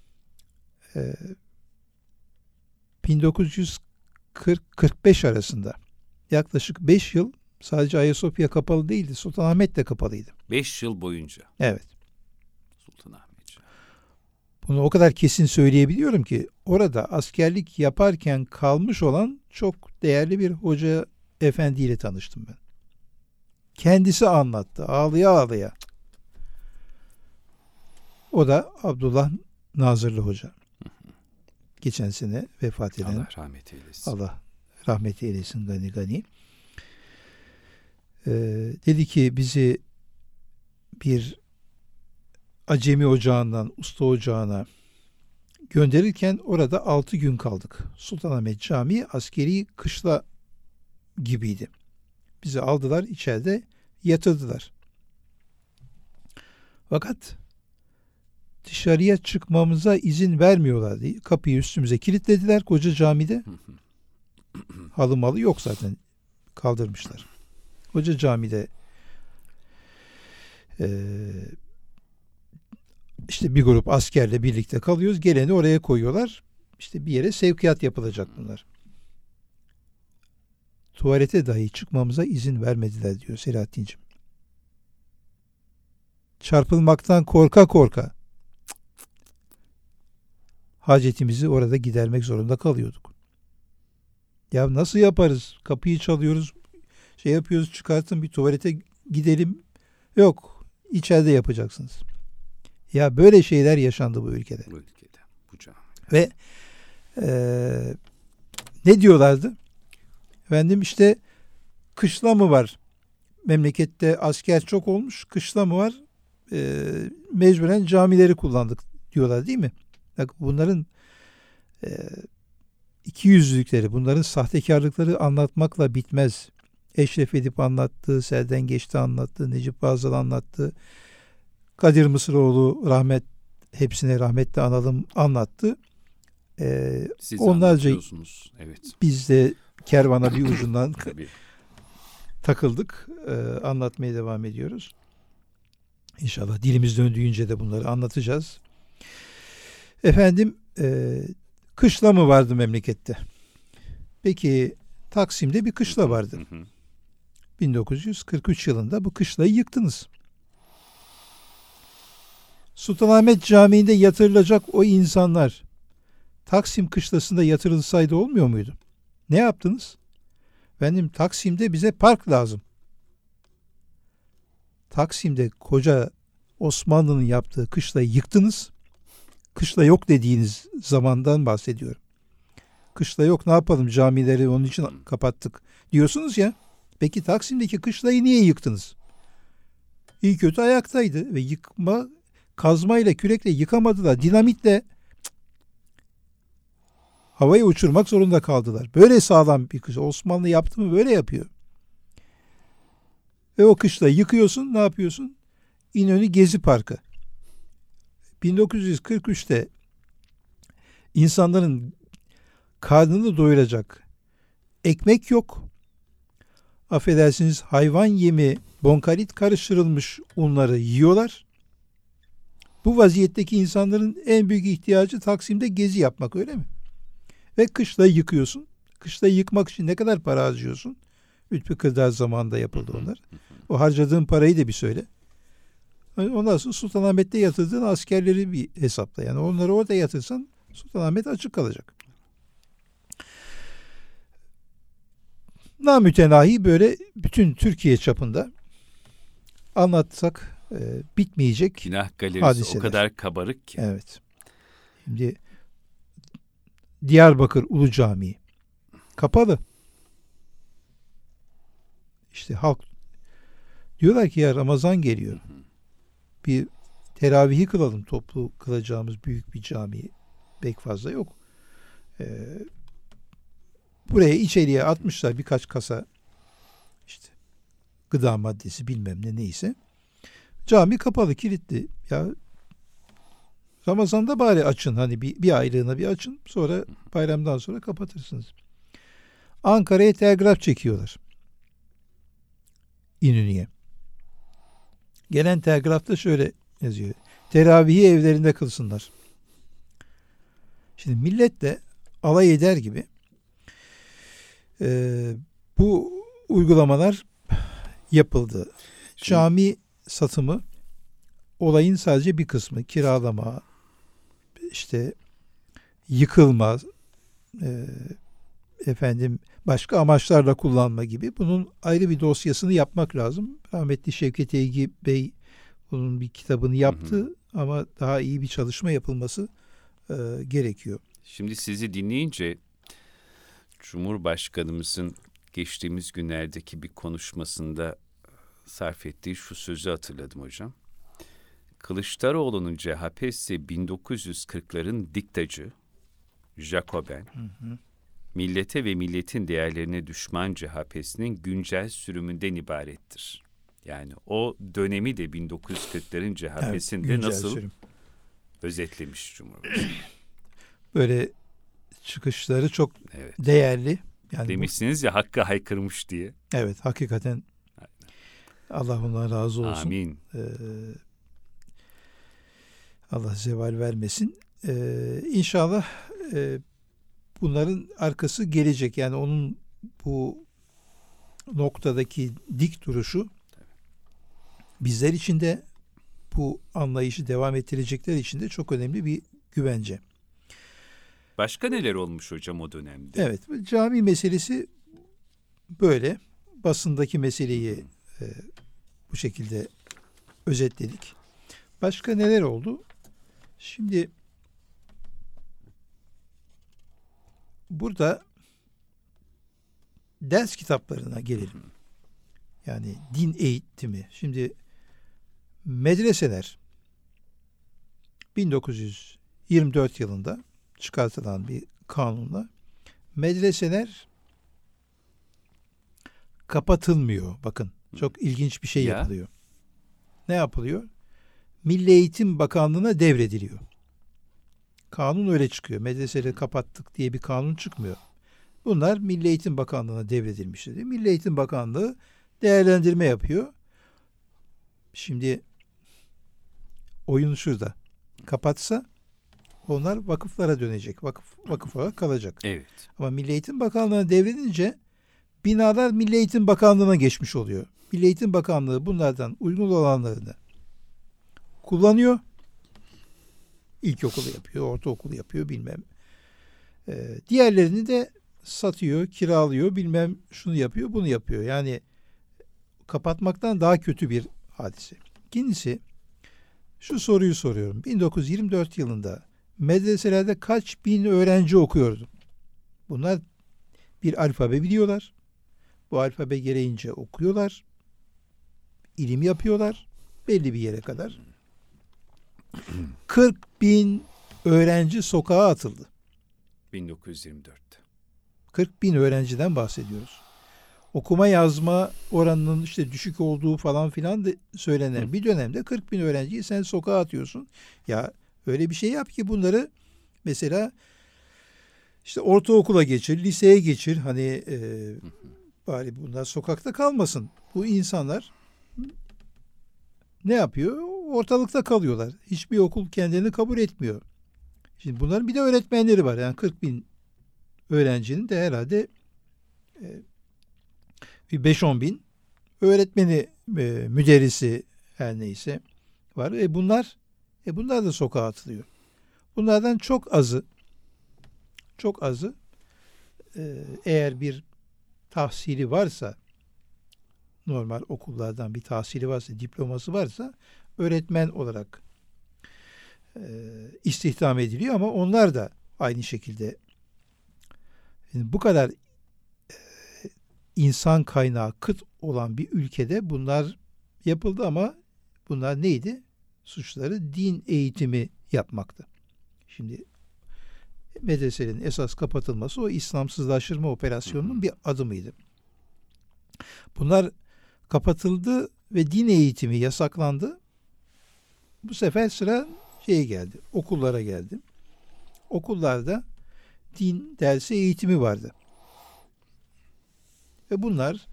1940-45 arasında yaklaşık 5 yıl sadece Ayasofya kapalı değildi. Sultanahmet de kapalıydı. 5 yıl boyunca. Evet. Sultanahmet. Bunu o kadar kesin söyleyebiliyorum ki orada askerlik yaparken kalmış olan çok değerli bir hoca efendiyle tanıştım ben. Kendisi anlattı. Ağlaya ağlaya. O da Abdullah Nazırlı Hoca. Geçen sene vefat eden. Allah rahmet eylesin. Allah rahmet eylesin gani gani. Dedi ki bizi bir acemi ocağından usta ocağına gönderirken orada 6 gün kaldık. Sultanahmet Camii askeri kışla gibiydi. Bizi aldılar, içeride yatırdılar. Fakat dışarıya çıkmamıza izin vermiyorlardı. Kapıyı üstümüze kilitlediler koca camide. Halı malı yok zaten. Kaldırmışlar. Koca camide işte bir grup askerle birlikte kalıyoruz. Geleni oraya koyuyorlar. İşte bir yere sevkiyat yapılacak bunlar. Tuvalete dahi çıkmamıza izin vermediler diyor Selahattin'ciğim. Çarpılmaktan korka korka hacetimizi orada gidermek zorunda kalıyorduk. Ya nasıl yaparız? Kapıyı çalıyoruz, şey yapıyoruz, çıkartın bir tuvalete gidelim. Yok, içeride yapacaksınız. Ya böyle şeyler yaşandı bu ülkede. Bu cami. Ve ne diyorlardı? Efendim işte kışla mı var? Memlekette asker çok olmuş, kışla mı var? Mecburen camileri kullandık diyorlar değil mi? Bak bunların ikiyüzlülükleri, bunların sahtekarlıkları anlatmakla bitmez. Eşref Edip anlattı, Serden Geçti anlattı, Necip Fazıl anlattı, Kadir Mısıroğlu hepsine rahmetle analım anlattı. Siz onlarca evet. Biz de kervana bir ucundan takıldık. Anlatmaya devam ediyoruz. İnşallah dilimiz döndüğünce de bunları anlatacağız. Efendim kışla mı vardı memlekette? Peki Taksim'de bir kışla vardı. 1943 yılında bu kışlayı yıktınız. Sultanahmet Camii'nde yatırılacak o insanlar Taksim kışlasında yatırılsaydı olmuyor muydu? Ne yaptınız? Efendim Taksim'de bize park lazım. Taksim'de koca Osmanlı'nın yaptığı kışlayı yıktınız. Kışla yok dediğiniz zamandan bahsediyorum. Kışla yok, ne yapalım, camileri onun için kapattık diyorsunuz ya. Peki Taksim'deki kışlayı niye yıktınız? İyi kötü ayaktaydı ve kazmayla, kürekle yıkamadılar. Dinamitle havaya uçurmak zorunda kaldılar. Böyle sağlam bir kışla. Osmanlı yaptı mı böyle yapıyor. Ve o kışlayı yıkıyorsun, ne yapıyorsun? İnönü Gezi Parkı. 1943'te insanların karnını doyuracak ekmek yok. Affedersiniz, hayvan yemi, bonkalit karıştırılmış unları yiyorlar. Bu vaziyetteki insanların en büyük ihtiyacı Taksim'de gezi yapmak, öyle mi? Ve kışlayı yıkıyorsun. Kışlayı yıkmak için ne kadar para harcıyorsun? Lütfü Kırdar zamanında yapıldı onlar. O harcadığın parayı da bir söyle. Ondan sonra Sultanahmet'te yatırdığın askerleri bir hesapla. Yani onları orada yatırsan Sultanahmet açık kalacak. Namütenahi böyle bütün Türkiye çapında anlatsak bitmeyecek günah galerisi hadiseler. O kadar kabarık ki. Evet. Şimdi Diyarbakır Ulu Camii kapalı. İşte halk diyorlar ki ya Ramazan geliyor. Bir teravihi kılalım. Toplu kılacağımız büyük bir cami pek fazla yok. Buraya içeriye atmışlar birkaç kasa işte gıda maddesi bilmem ne neyse. Cami kapalı, kilitli. Ya Ramazan'da bari açın, hani bir aylığına bir açın, sonra bayramdan sonra kapatırsınız. Ankara'ya telgraf çekiyorlar. İnönü'ye. Gelen telgrafta şöyle yazıyor. Teravihi evlerinde kılsınlar. Şimdi millet de alay eder gibi bu uygulamalar yapıldı. Cami satımı olayın sadece bir kısmı. Kiralama, işte yıkılma, başka amaçlarla kullanma gibi. Bunun ayrı bir dosyasını yapmak lazım. Rahmetli Şevket Eygi Bey bunun bir kitabını yaptı ama daha iyi bir çalışma yapılması gerekiyor. Şimdi sizi dinleyince Cumhurbaşkanımızın geçtiğimiz günlerdeki bir konuşmasında sarf ettiği şu sözü hatırladım hocam. Kılıçdaroğlu'nun CHP'si 1940'ların diktacı, Jacoben, millete ve milletin değerlerine düşman CHP'sinin güncel sürümünden ibarettir. Yani o dönemi de 1940'ların CHP'sinde evet, nasıl sürüm özetlemiş Cumhurbaşkanı. Böyle çıkışları çok evet, değerli. Yani demişsiniz ya Hakk'a haykırmış diye. Evet, hakikaten Allah ondan razı olsun. Amin. Allah zeval vermesin. İnşallah bunların arkası gelecek. Yani onun bu noktadaki dik duruşu bizler için de bu anlayışı devam ettirecekler için de çok önemli bir güvence. Başka neler olmuş hocam o dönemde? Evet, cami meselesi böyle. Basındaki meseleyi bu şekilde özetledik. Başka neler oldu? Şimdi burada ders kitaplarına gelelim. Yani din eğitimi. Şimdi medreseler 1924 yılında çıkartılan bir kanunla medreseler kapatılmıyor. Bakın çok ilginç bir şey yapılıyor. Ne yapılıyor? Milli Eğitim Bakanlığı'na devrediliyor. Kanun öyle çıkıyor. Medreseleri kapattık diye bir kanun çıkmıyor. Bunlar Milli Eğitim Bakanlığı'na devredilmiştir. Milli Eğitim Bakanlığı değerlendirme yapıyor. Şimdi oyun şurada. Kapatsa onlar vakıflara dönecek. Vakıf olarak kalacak. Evet. Ama Milli Eğitim Bakanlığı'na devredince binalar Milli Eğitim Bakanlığı'na geçmiş oluyor. Milli Eğitim Bakanlığı bunlardan uygun olanlarını kullanıyor. İlkokulu yapıyor, ortaokulu yapıyor bilmem. Diğerlerini de satıyor, kiralıyor, bilmem şunu yapıyor, bunu yapıyor. Yani kapatmaktan daha kötü bir hadise. İkincisi, şu soruyu soruyorum. 1924 yılında medreselerde kaç bin öğrenci okuyordu? Bunlar bir alfabe biliyorlar. Bu alfabe gereğince okuyorlar. İlim yapıyorlar. Belli bir yere kadar. 40 bin öğrenci sokağa atıldı. 1924'te. 40 bin öğrenciden bahsediyoruz. Okuma yazma oranının işte düşük olduğu falan filan da söylenen bir dönemde 40 bin öğrenciyi sen sokağa atıyorsun. Ya öyle bir şey yap ki bunları mesela işte ortaokula geçir, liseye geçir. Hani bari bunlar sokakta kalmasın. Bu insanlar ne yapıyor? Ortalıkta kalıyorlar. Hiçbir okul kendini kabul etmiyor. Şimdi bunların bir de öğretmenleri var. Yani 40 bin öğrencinin de herhalde bir 5-10 bin öğretmeni, müderrisi her neyse var. Bunlar da sokağa atılıyor. Bunlardan çok azı eğer bir tahsili varsa, normal okullardan bir tahsili varsa, diploması varsa öğretmen olarak istihdam ediliyor ama onlar da aynı şekilde bu kadar insan kaynağı kıt olan bir ülkede bunlar yapıldı ama bunlar neydi? Suçları din eğitimi yapmaktı. Şimdi medreselerin esas kapatılması o İslamsızlaştırma operasyonunun bir adımıydı. Bunlar kapatıldı ve din eğitimi yasaklandı. Bu sefer sıra geldi. Okullara geldi. Okullarda din dersi eğitimi vardı. Ve bunlar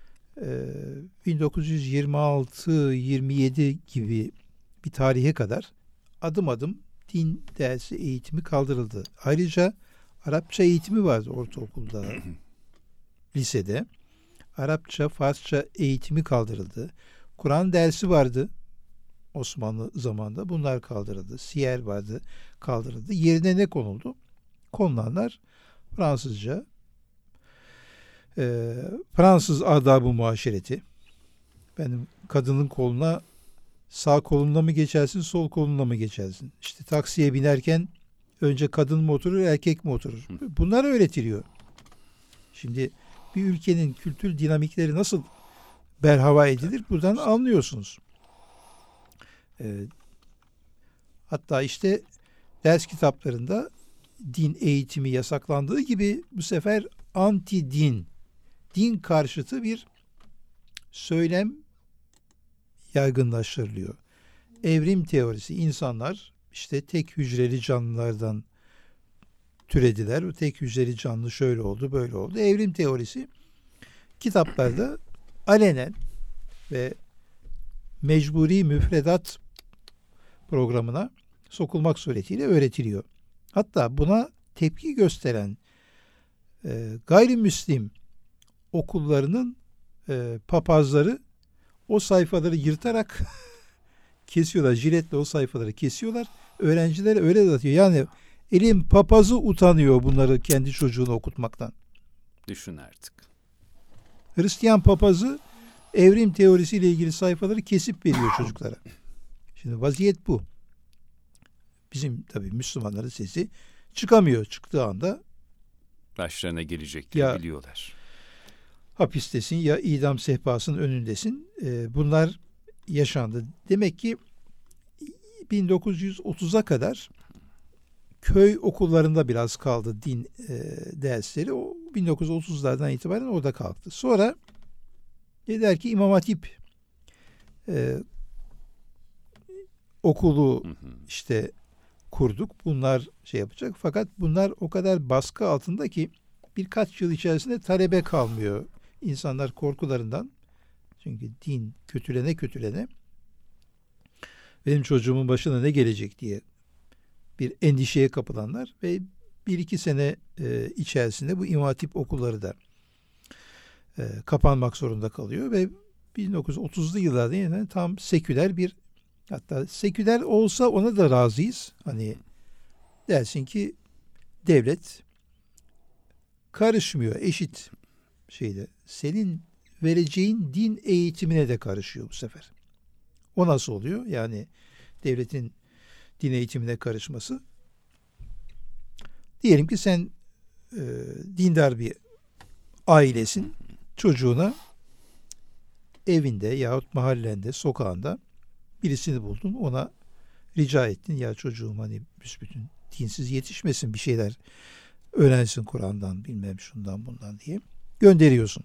1926-27 gibi bir tarihe kadar adım adım din dersi eğitimi kaldırıldı. Ayrıca Arapça eğitimi vardı ortaokulda, lisede. Arapça, Farsça eğitimi kaldırıldı. Kur'an dersi vardı Osmanlı zamanında. Bunlar kaldırıldı. Siyer vardı, kaldırıldı. Yerine ne konuldu? Konulanlar Fransızca, Fransız adab-ı muaşereti. Benim kadının koluna sağ kolunla mı geçersin, sol kolunla mı geçersin? İşte taksiye binerken önce kadın mı oturur, erkek mi oturur? Bunlar öğretiliyor. Şimdi bir ülkenin kültür dinamikleri nasıl berhava edilir? Buradan anlıyorsunuz. Hatta işte ders kitaplarında din eğitimi yasaklandığı gibi bu sefer anti-din, din karşıtı bir söylem yaygınlaştırılıyor. Evrim teorisi, insanlar işte tek hücreli canlılardan türediler. O tek hücreli canlı şöyle oldu, böyle oldu. Evrim teorisi kitaplarda alenen ve mecburi müfredat programına sokulmak suretiyle öğretiliyor. Hatta buna tepki gösteren gayrimüslim okullarının papazları o sayfaları yırtarak kesiyorlar. Jiletle o sayfaları kesiyorlar. Öğrencilere öyle dağıtıyor. Yani elin papazı utanıyor bunları kendi çocuğunu okutmaktan. Düşün artık. Hristiyan papazı evrim teorisiyle ilgili sayfaları kesip veriyor çocuklara. Şimdi vaziyet bu. Bizim tabii Müslümanların sesi çıkamıyor. Çıktığı anda başlarına gelecekleri biliyorlar. Hapistesin ya idam sehpasının önündesin. Bunlar yaşandı. Demek ki 1930'a kadar köy okullarında biraz kaldı din dersleri. O 1930'lardan itibaren orada kalktı. Sonra dediler ki İmam Hatip okulu işte kurduk. Bunlar şey yapacak. Fakat bunlar o kadar baskı altında ki birkaç yıl içerisinde talebe kalmıyor. İnsanlar korkularından, çünkü din kötülene benim çocuğumun başına ne gelecek diye bir endişeye kapılanlar ve 1-2 sene içerisinde bu İmam Hatip okulları da kapanmak zorunda kalıyor ve 1930'lu yıllarda yine tam seküler bir, hatta seküler olsa ona da razıyız. Hani dersin ki devlet karışmıyor, eşit şeyde. Senin vereceğin din eğitimine de karışıyor bu sefer. O nasıl oluyor? Yani devletin din eğitimine karışması. Diyelim ki sen dindar bir ailesin. Çocuğuna evinde yahut mahallende, sokağında birisini buldun. Ona rica ettin. Ya çocuğum hani büsbütün dinsiz yetişmesin, bir şeyler öğrensin Kur'an'dan, bilmem şundan bundan diye gönderiyorsun.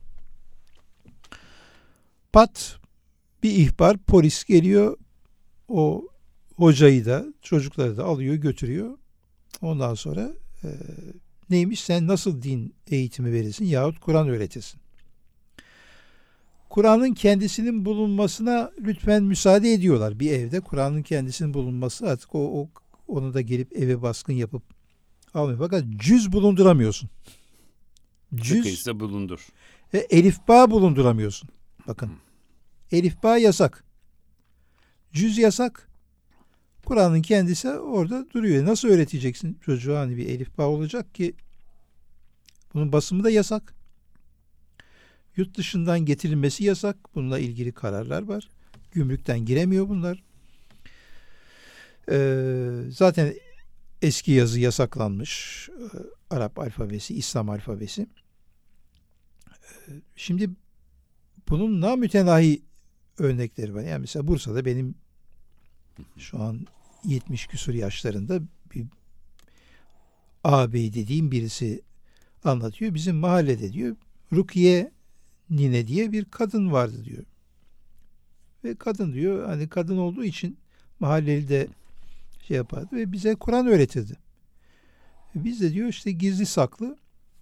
Pat bir ihbar, polis geliyor. O hocayı da çocukları da alıyor, götürüyor. Ondan sonra neymiş, sen nasıl din eğitimi verirsin yahut Kur'an öğretirsin. Kur'an'ın kendisinin bulunmasına lütfen müsaade ediyorlar. Bir evde Kur'an'ın kendisinin bulunması, artık onu da gelip eve baskın yapıp almıyor. Fakat cüz bulunduramıyorsun. Cüz bulundur. Elifba bulunduramıyorsun. Bakın. Elifba yasak. Cüz yasak. Kur'an'ın kendisi orada duruyor. Nasıl öğreteceksin çocuğa, hani bir elifba olacak ki? Bunun basımı da yasak. Yurt dışından getirilmesi yasak. Bununla ilgili kararlar var. Gümrükten giremiyor bunlar. Zaten eski yazı yasaklanmış. Arap alfabesi, İslam alfabesi. Şimdi bunun namütenahi örnekleri var. Yani mesela Bursa'da benim şu an 70 küsur yaşlarında bir ağabey dediğim birisi anlatıyor. Bizim mahallede diyor Rukiye nine diye bir kadın vardı diyor. Ve kadın diyor, hani kadın olduğu için mahalleli de şey yapardı ve bize Kur'an öğretirdi. Biz de diyor işte gizli saklı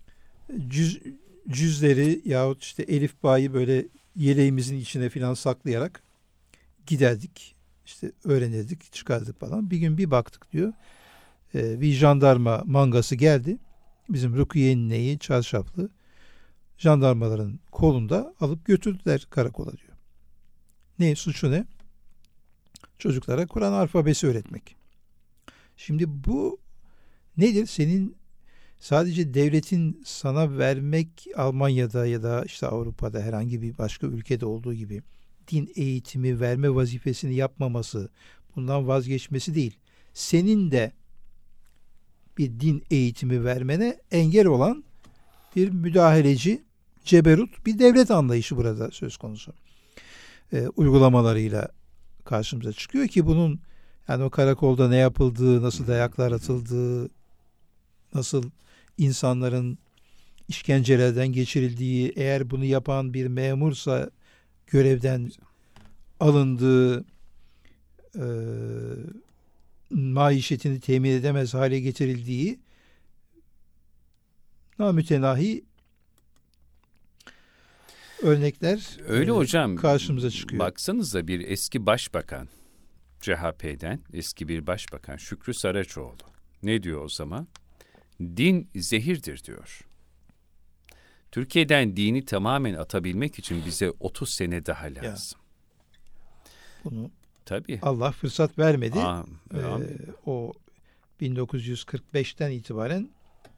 cüzleri yahut işte elifbayı böyle yeleğimizin içine filan saklayarak giderdik. İşte öğrenirdik, çıkardık falan. Bir gün bir baktık diyor. Bir jandarma mangası geldi. Bizim Rukiye nineyi çarşaflı jandarmaların kolunda alıp götürdüler karakola diyor. Ne suçu ne? Çocuklara Kur'an alfabesi öğretmek. Şimdi bu nedir? Senin sadece devletin sana vermek, Almanya'da ya da işte Avrupa'da herhangi bir başka ülkede olduğu gibi din eğitimi verme vazifesini yapmaması, bundan vazgeçmesi değil. Senin de bir din eğitimi vermene engel olan bir müdahaleci, ceberut bir devlet anlayışı burada söz konusu. Uygulamalarıyla karşımıza çıkıyor ki bunun Yani o karakolda ne yapıldığı, nasıl dayaklar atıldığı, nasıl insanların işkencelerden geçirildiği, eğer bunu yapan bir memursa görevden alındığı, maişetini temin edemez hale getirildiği namütenahi örnekler öyle hocam, karşımıza çıkıyor. Baksanıza, bir eski başbakan, CHP'den eski bir başbakan Şükrü Saraçoğlu ne diyor o zaman? Din zehirdir diyor. Türkiye'den dini tamamen atabilmek için bize 30 sene daha lazım. Bunu tabii Allah fırsat vermedi. Amin. O 1945'ten itibaren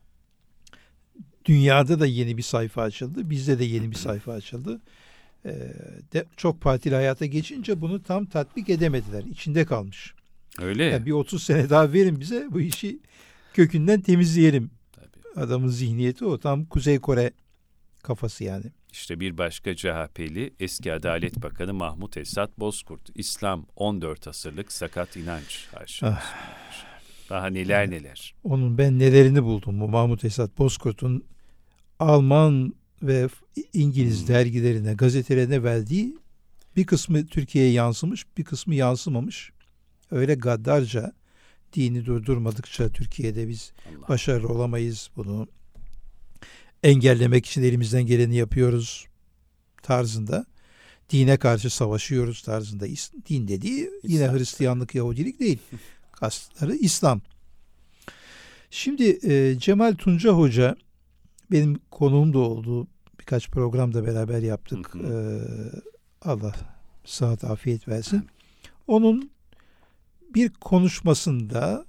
dünyada da yeni bir sayfa açıldı. Bizde de yeni bir sayfa açıldı. Çok partili hayata geçince bunu tam tatbik edemediler. İçinde kalmış. Öyle. Yani bir 30 sene daha verin bize, bu işi kökünden temizleyelim. Tabii. Adamın zihniyeti o. Tam Kuzey Kore kafası yani. İşte bir başka CHP'li eski Adalet Bakanı Mahmut Esat Bozkurt. İslam 14 asırlık sakat inanç. Daha neler. Onun ben nelerini buldum. Bu Mahmut Esat Bozkurt'un Alman ve İngiliz dergilerine, gazetelerine verdiği, bir kısmı Türkiye'ye yansımış, bir kısmı yansımamış. Öyle gaddarca, dini durdurmadıkça Türkiye'de biz başarılı olamayız, bunu engellemek için elimizden geleni yapıyoruz tarzında, dine karşı savaşıyoruz tarzında. Din dediği yine Hristiyanlık, Yahudilik değil. Kastları İslam. Şimdi Cemal Tunca Hoca benim konuğum da oldu. Birkaç programda beraber yaptık. Allah sıhhat afiyet versin. Onun bir konuşmasında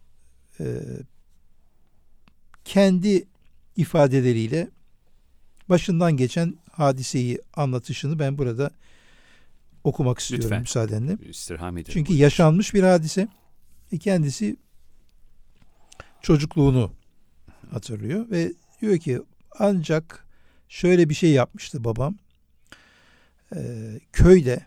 kendi ifadeleriyle başından geçen hadiseyi anlatışını ben burada okumak istiyorum. Lütfen. Müsaadenle. İstirham ederim. Çünkü yaşanmış bir hadise. Kendisi çocukluğunu hatırlıyor ve diyor ki ancak şöyle bir şey yapmıştı babam. Köyde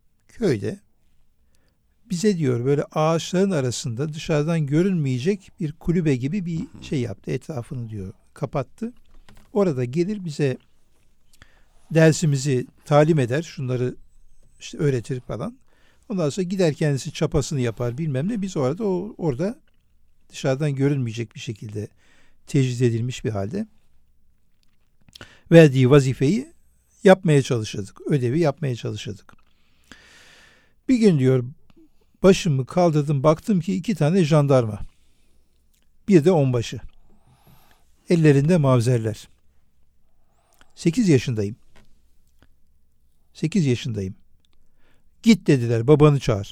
bize diyor böyle ağaçların arasında dışarıdan görünmeyecek bir kulübe gibi bir şey yaptı. Etrafını diyor kapattı. Orada gelir bize dersimizi talim eder. Şunları işte öğretir falan. Ondan sonra gider kendisi çapasını yapar bilmem ne. Biz orada dışarıdan görünmeyecek bir şekilde tecrid edilmiş bir halde verdiği vazifeyi yapmaya çalışırdık. Ödevi yapmaya çalışırdık. Bir gün diyor başımı kaldırdım, baktım ki 2 tane jandarma. Bir de onbaşı. Ellerinde mavzerler. 8 yaşındayım. Git dediler, babanı çağır.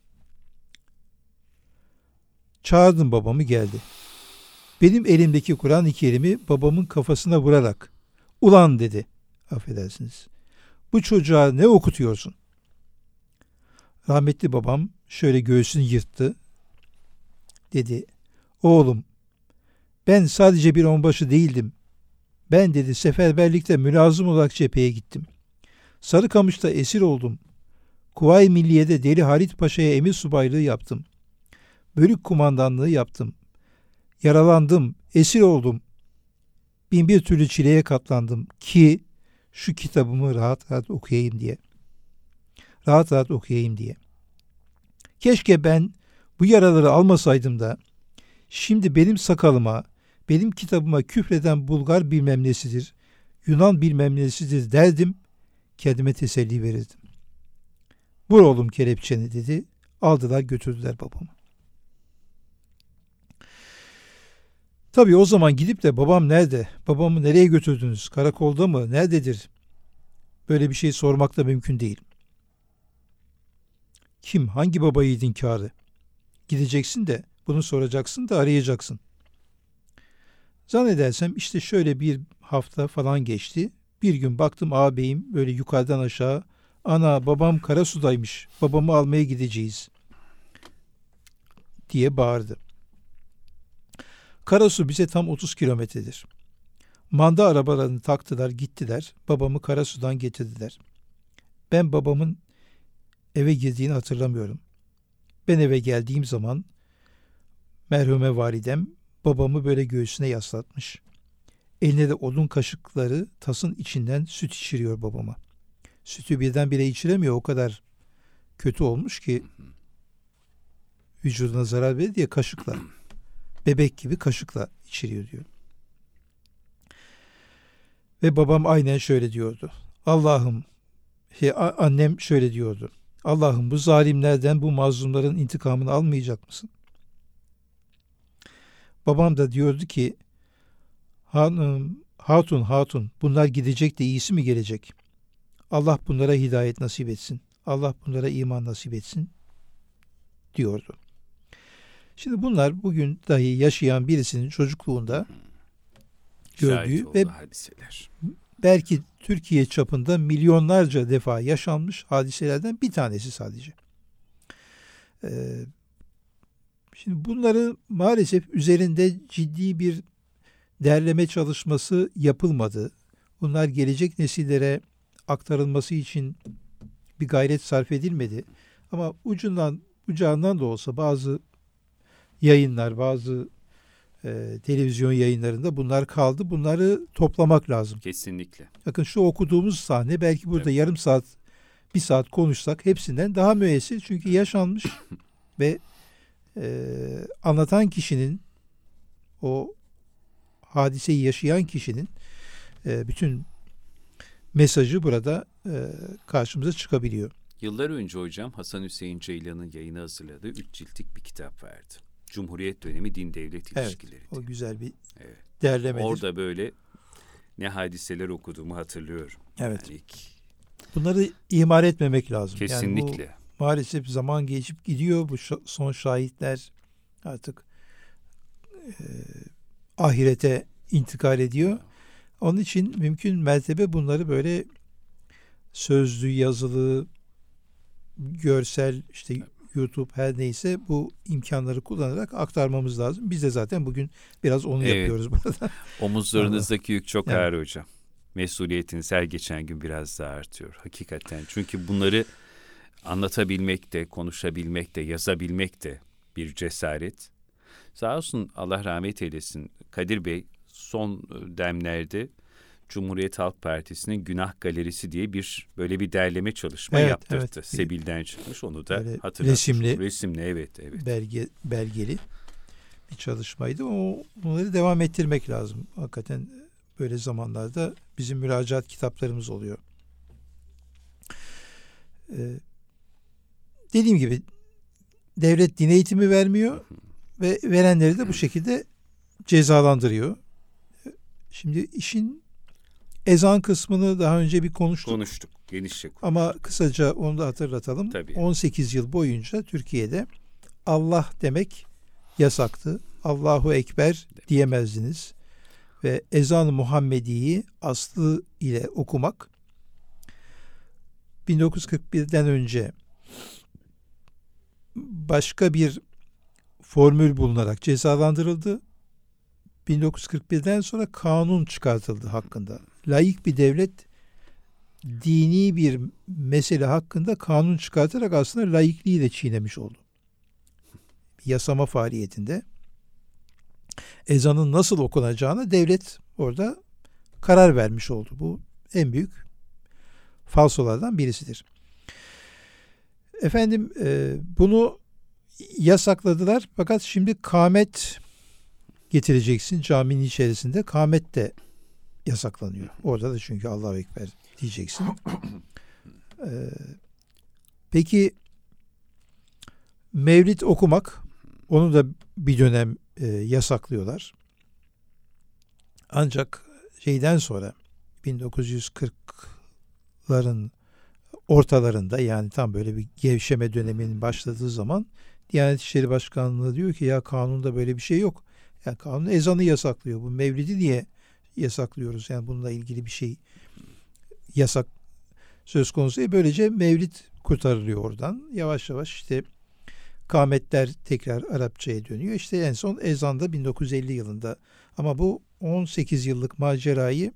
Çağırdım babamı, geldi. Benim elimdeki Kur'an-ı Kerim'i babamın kafasına vurarak ulan dedi. Affedersiniz. Bu çocuğa ne okutuyorsun? Rahmetli babam şöyle göğsünü yırttı. Dedi, oğlum ben sadece bir onbaşı değildim. Ben dedi seferberlikte mülazım olarak cepheye gittim. Sarıkamış'ta esir oldum. Kuvayi Milliye'de Deli Halit Paşa'ya emir subaylığı yaptım. Bölük kumandanlığı yaptım. Yaralandım, esir oldum. Bin bir türlü çileye katlandım ki şu kitabımı rahat rahat okuyayım diye. Keşke ben bu yaraları almasaydım da şimdi benim sakalıma, benim kitabıma küfreden Bulgar bilmem nesidir, Yunan bilmem nesidir derdim, kendime teselli verirdim. Vur oğlum kelepçeni dedi. Aldılar götürdüler babamı. Tabii o zaman gidip de babam nerede? Babamı nereye götürdünüz? Karakolda mı? Nerededir? Böyle bir şey sormak da mümkün değil. Kim? Hangi baba yiğidin kârı? Gideceksin de bunu soracaksın da arayacaksın. Zannedersem işte şöyle bir hafta falan geçti. Bir gün baktım ağabeyim böyle yukarıdan aşağı, ana babam Karasu'daymış, babamı almaya gideceğiz diye bağırdı. Karasu bize tam 30 kilometredir. Manda arabalarını taktılar, gittiler. Babamı Karasu'dan getirdiler. Ben babamın eve girdiğini hatırlamıyorum. Ben eve geldiğim zaman merhume validem babamı böyle göğsüne yaslatmış. Eline de odun kaşıkları tasın içinden süt içiriyor babama. Sütü birdenbire içiremiyor, o kadar kötü olmuş ki vücuduna zarar verir diye kaşıkla, bebek gibi kaşıkla içiriyor diyor. Ve babam aynen şöyle diyordu. Annem şöyle diyordu. Allah'ım, bu zalimlerden, bu mazlumların intikamını almayacak mısın? Babam da diyordu ki, hatun, bunlar gidecek de iyisi mi gelecek? Allah bunlara hidayet nasip etsin. Allah bunlara iman nasip etsin diyordu. Şimdi bunlar bugün dahi yaşayan birisinin çocukluğunda gördüğü ve hadiseler. Belki Türkiye çapında milyonlarca defa yaşanmış hadiselerden bir tanesi sadece. Şimdi bunları maalesef üzerinde ciddi bir derleme çalışması yapılmadı. Bunlar gelecek nesillere aktarılması için bir gayret sarf edilmedi. Ama ucundan da olsa bazı yayınlar, bazı televizyon yayınlarında bunlar kaldı. Bunları toplamak lazım. Kesinlikle. Bakın şu okuduğumuz sahne belki burada yarım saat, bir saat konuşsak hepsinden daha müessir. Çünkü yaşanmış ve anlatan kişinin, o hadiseyi yaşayan kişinin bütün mesajı burada karşımıza çıkabiliyor. Yıllar önce hocam Hasan Hüseyin Ceylan'ın yayını hazırladığı 3 ciltlik bir kitap vardı. Cumhuriyet dönemi din-devlet ilişkileri. Evet, o güzel bir derlemedir. Orada böyle ne hadiseler okuduğumu hatırlıyorum. Evet. Yani bunları ihmal etmemek lazım. Kesinlikle. Yani bu, maalesef zaman geçip gidiyor. Bu son şahitler artık ahirete intikal ediyor. Onun için mümkün mertebe bunları böyle sözlü, yazılı, görsel, işte YouTube her neyse bu imkanları kullanarak aktarmamız lazım. Biz de zaten bugün biraz onu yapıyoruz burada. Omuzlarınızdaki yük çok ağır hocam. Mesuliyetiniz her geçen gün biraz daha artıyor. Hakikaten. Çünkü bunları anlatabilmek de, konuşabilmek de, yazabilmek de bir cesaret. Sağ olsun, Allah rahmet eylesin, Kadir Bey son demlerde Cumhuriyet Halk Partisi'nin Günah Galerisi diye böyle bir derleme çalışma yaptırdı. Evet. Sebil'den çıkmış, onu da hatırlatmış. Resimli, evet. Belgeli bir çalışmaydı. Bunları devam ettirmek lazım. Hakikaten böyle zamanlarda bizim müracaat kitaplarımız oluyor. Dediğim gibi devlet din eğitimi vermiyor ve verenleri de bu şekilde cezalandırıyor. Şimdi işin ezan kısmını daha önce bir konuştuk. Genişçe konuştuk. Ama kısaca onu da hatırlatalım. Tabii. 18 yıl boyunca Türkiye'de Allah demek yasaktı. Allahu Ekber diyemezdiniz. Ve ezan-ı Muhammedi'yi aslı ile okumak 1941'den önce başka bir formül bulunarak cezalandırıldı. 1941'den sonra kanun çıkartıldı hakkında. Laik bir devlet dini bir mesele hakkında kanun çıkartarak aslında laikliği de çiğnemiş oldu. Yasama faaliyetinde ezanın nasıl okunacağına devlet orada karar vermiş oldu. Bu en büyük falsolardan birisidir. Efendim bunu yasakladılar, fakat şimdi kâmet getireceksin caminin içerisinde. Kâmet de yasaklanıyor. Orada da çünkü Allahu Ekber diyeceksin. Peki mevlid okumak, onu da bir dönem yasaklıyorlar. Ancak şeyden sonra 1940'ların ortalarında, yani tam böyle bir gevşeme döneminin başladığı zaman Diyanet İşleri Başkanlığı diyor ki ya kanunda böyle bir şey yok. Yani kanun ezanı yasaklıyor. Bu mevlidi niye yasaklıyoruz? Yani bununla ilgili bir şey yasak söz konusu. Böylece mevlid kurtarılıyor oradan. Yavaş yavaş işte kâmetler tekrar Arapçaya dönüyor. İşte en son ezanda 1950 yılında. Ama bu 18 yıllık macerayı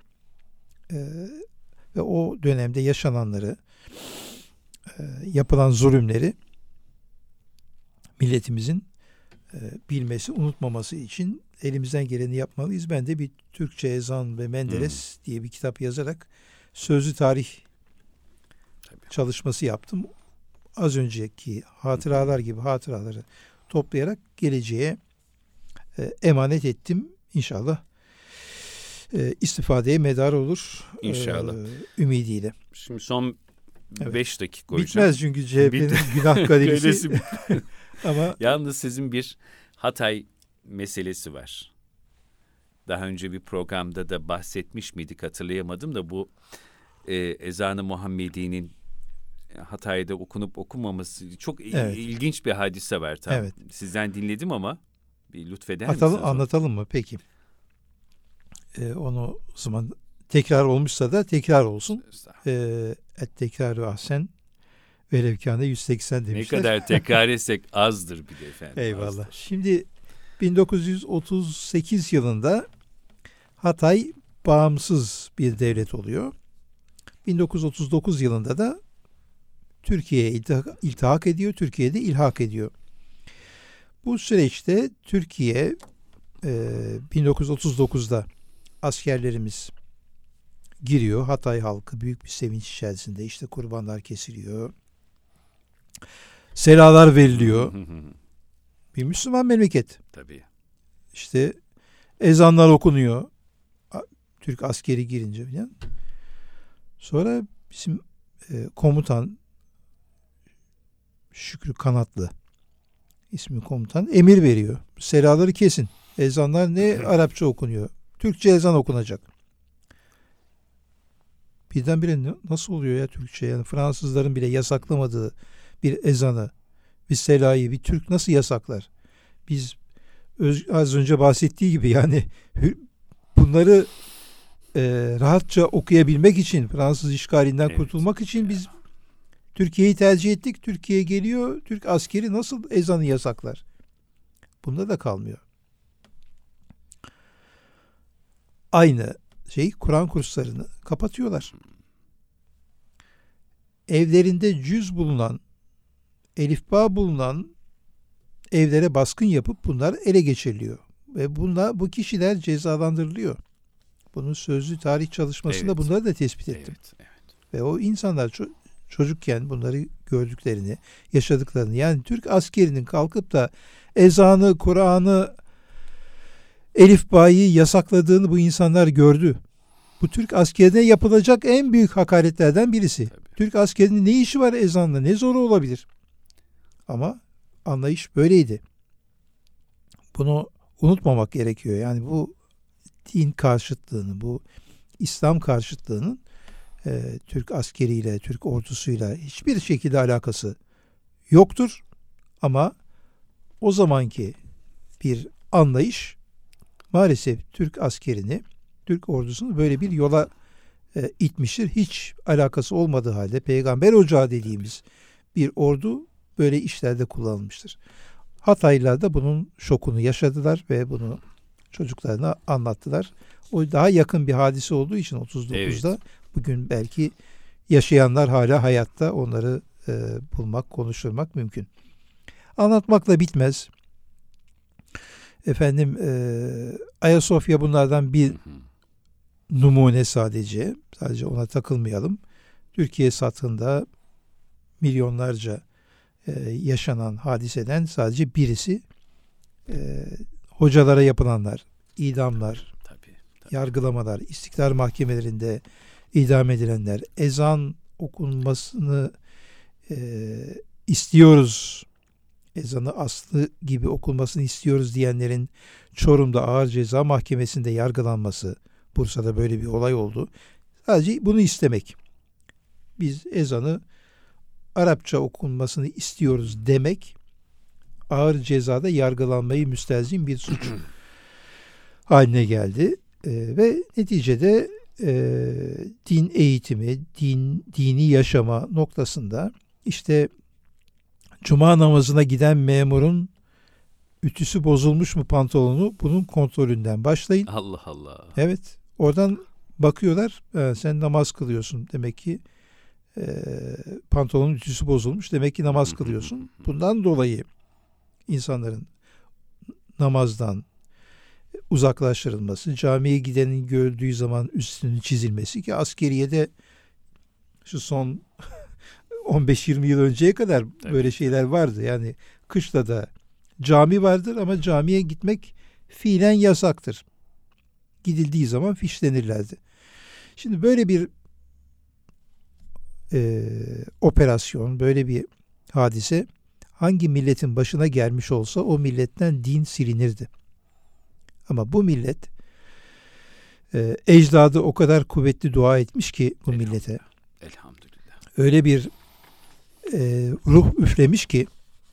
ve o dönemde yaşananları, yapılan zulümleri milletimizin bilmesi, unutmaması için elimizden geleni yapmalıyız. Ben de bir Türkçe Ezan ve Menderes diye bir kitap yazarak sözlü tarih çalışması yaptım. Az önceki hatıralar gibi hatıraları toplayarak geleceğe emanet ettim. İnşallah istifadeye medar olur. İnşallah. Ümidiyle. Şimdi son 5 dakika hocam. Bitmez çünkü CHP'nin günah galerisi. Ama yalnız sizin bir Hatay meselesi var. Daha önce bir programda da bahsetmiş miydik hatırlayamadım da bu Ezan-ı Muhammedi'nin Hatay'da okunup okunmaması çok ilginç bir hadise var. Tamam. Evet. Sizden dinledim ama bir lütfeder misiniz? Anlatalım mı? Peki. Onu o zaman tekrar olmuşsa da tekrar olsun. Et-tekrarü ahsen velevkâne 180 demişler. Ne kadar tekrar etsek azdır bir de efendim. Eyvallah. Azdır. Şimdi 1938 yılında Hatay bağımsız bir devlet oluyor. 1939 yılında da Türkiye'ye iltihak ediyor, Türkiye'de ilhak ediyor. Bu süreçte Türkiye 1939'da askerlerimiz giriyor. Hatay halkı büyük bir sevinç içerisinde, işte kurbanlar kesiliyor. Selalar veriliyor. Bir Müslüman memleket. Tabii. İşte ezanlar okunuyor. Türk askeri girince falan. Sonra bizim komutan Şükrü Kanatlı ismi komutan emir veriyor. Selaları kesin. Ezanlar ne Arapça okunuyor? Türkçe ezan okunacak. Birdenbire nasıl oluyor ya Türkçe? Yani Fransızların bile yasaklamadığı bir ezanı, bir selayı bir Türk nasıl yasaklar? Biz az önce bahsettiği gibi yani bunları rahatça okuyabilmek için, Fransız işgalinden kurtulmak için biz Türkiye'yi tercih ettik. Türkiye geliyor, Türk askeri nasıl ezanı yasaklar? Bunda da kalmıyor. Aynı Kur'an kurslarını kapatıyorlar. Evlerinde cüz bulunan, elifba bulunan evlere baskın yapıp bunlar ele geçiriliyor. Ve bu kişiler cezalandırılıyor. Bunun sözlü tarih çalışmasında bunları da tespit ettim. Evet. Ve o insanlar çocukken bunları gördüklerini, yaşadıklarını, yani Türk askerinin kalkıp da ezanı, Kur'an'ı, elifbayı yasakladığını bu insanlar gördü. Bu Türk askerine yapılacak en büyük hakaretlerden birisi. Tabii. Türk askerinin ne işi var ezanla? Ne zoru olabilir? Ama anlayış böyleydi. Bunu unutmamak gerekiyor. Yani bu din karşıtlığını, bu İslam karşıtlığının Türk askeriyle, Türk ordusuyla hiçbir şekilde alakası yoktur. Ama o zamanki bir anlayış maalesef Türk askerini, Türk ordusunu böyle bir yola itmiştir. Hiç alakası olmadığı halde peygamber ocağı dediğimiz bir ordu böyle işlerde kullanılmıştır. Hataylılar da bunun şokunu yaşadılar ve bunu çocuklarına anlattılar. O daha yakın bir hadise olduğu için 39'da bugün belki yaşayanlar hala hayatta, onları bulmak, konuşturmak mümkün. Anlatmakla bitmez. Efendim Ayasofya bunlardan bir numune sadece. Sadece ona takılmayalım. Türkiye satında milyonlarca yaşanan hadiseden sadece birisi hocalara yapılanlar, idamlar, yargılamalar, istiklal mahkemelerinde idam edilenler, ezan okunmasını istiyoruz, ezanı aslı gibi okunmasını istiyoruz diyenlerin Çorum'da Ağır Ceza Mahkemesi'nde yargılanması, Bursa'da böyle bir olay oldu. Sadece bunu istemek. Biz ezanı Arapça okunmasını istiyoruz demek, ağır cezada yargılanmayı müstelzim bir suç haline geldi. Ve neticede din eğitimi, dini yaşama noktasında işte cuma namazına giden memurun ütüsü bozulmuş mu pantolonu, bunun kontrolünden başlayın. Allah Allah. Evet, oradan bakıyorlar, sen namaz kılıyorsun demek ki, pantolonun ütüsü bozulmuş demek ki namaz kılıyorsun. Bundan dolayı insanların namazdan uzaklaştırılması, camiye gidenin gördüğü zaman üstünün çizilmesi, ki askeriyede şu son 15-20 yıl önceye kadar böyle şeyler vardı. Yani kışla da cami vardır ama camiye gitmek fiilen yasaktır. Gidildiği zaman fişlenirlerdi. Şimdi böyle bir operasyon, böyle bir hadise hangi milletin başına gelmiş olsa o milletten din silinirdi. Ama bu millet ecdadı o kadar kuvvetli dua etmiş ki bu millete. Elhamdülillah. Öyle bir ruh üflemiş ki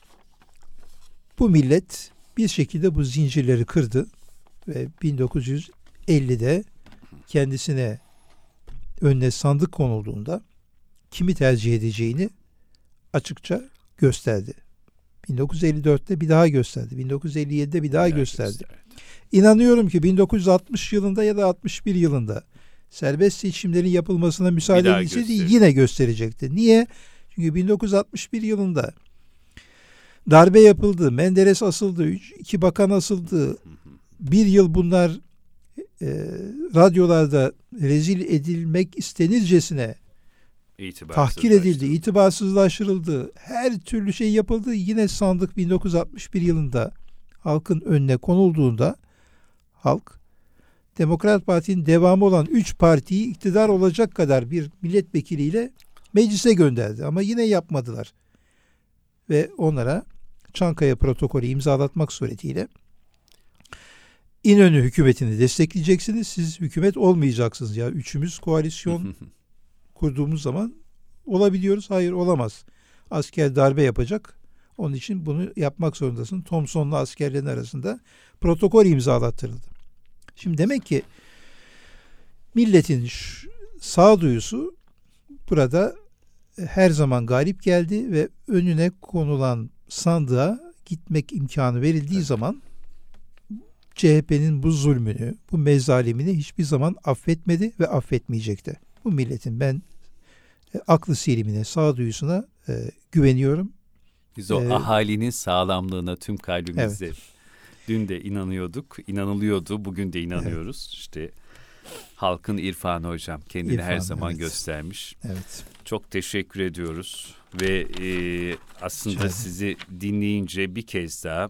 bu millet bir şekilde bu zincirleri kırdı ve 1950'de kendisine önüne sandık konulduğunda kimi tercih edeceğini açıkça gösterdi. 1954'te bir daha gösterdi. 1957'de bir daha gösterdi. İnanıyorum ki 1960 yılında ya da 61 yılında serbest seçimlerin yapılmasına müsaade edilseydi yine gösterecekti. Niye? Çünkü 1961 yılında darbe yapıldı, Menderes asıldı, 2 bakan asıldı. Bir yıl bunlar radyolarda rezil edilmek istenircesine tahkir edildi, itibarsızlaştırıldı. Her türlü şey yapıldı. Yine sandık 1961 yılında halkın önüne konulduğunda halk Demokrat Parti'nin devamı olan 3 partiyi iktidar olacak kadar bir milletvekiliyle meclise gönderdi. Ama yine yapmadılar. Ve onlara Çankaya protokolü imzalatmak suretiyle İnönü hükümetini destekleyeceksiniz. Siz hükümet olmayacaksınız. Ya üçümüz koalisyon kurduğumuz zaman olabiliyoruz. Hayır, olamaz. Asker darbe yapacak. Onun için bunu yapmak zorundasın. Thompson'la askerlerin arasında protokol imzalattırıldı. Şimdi demek ki milletin sağduyusu burada her zaman galip geldi ve önüne konulan sandığa gitmek imkanı verildiği zaman CHP'nin bu zulmünü, bu mezalimini hiçbir zaman affetmedi ve affetmeyecekti. Bu milletin ben aklı selimine, sağduyusuna güveniyorum. Biz o ahalinin sağlamlığına tüm kalbimizle dün de inanıyorduk, inanılıyordu, bugün de inanıyoruz. Evet. İşte halkın irfanı hocam kendini her zaman göstermiş. Evet. Çok teşekkür ediyoruz ve aslında sizi dinleyince bir kez daha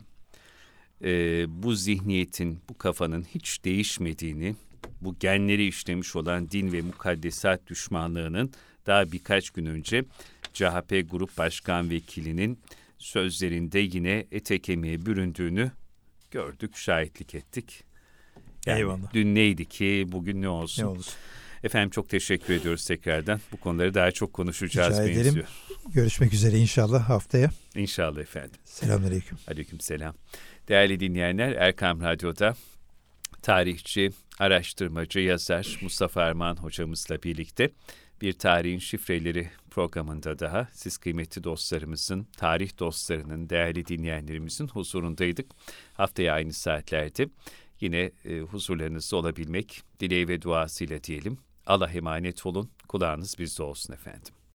bu zihniyetin, bu kafanın hiç değişmediğini, bu genleri işlemiş olan din ve mukaddesat düşmanlığının daha birkaç gün önce CHP Grup Başkan Vekili'nin sözlerinde yine ete kemiğe büründüğünü gördük, şahitlik ettik. Yani eyvallah. Dün neydi ki bugün ne olsun? Ne olur. Efendim çok teşekkür ediyoruz tekrardan. Bu konuları daha çok konuşacağız benziyor. Görüşmek üzere inşallah haftaya. İnşallah efendim. Selamünaleyküm. Aleykümselam. Değerli dinleyenler, Erkam Radyo'da tarihçi, araştırmacı, yazar Mustafa Armağan hocamızla birlikte bir Tarihin Şifreleri programında daha siz kıymetli dostlarımızın, tarih dostlarının, değerli dinleyenlerimizin huzurundaydık. Haftaya aynı saatlerde yine huzurlarınızda olabilmek dileği ve duasıyla diyelim. Allah'a emanet olun, kulağınız bizde olsun efendim.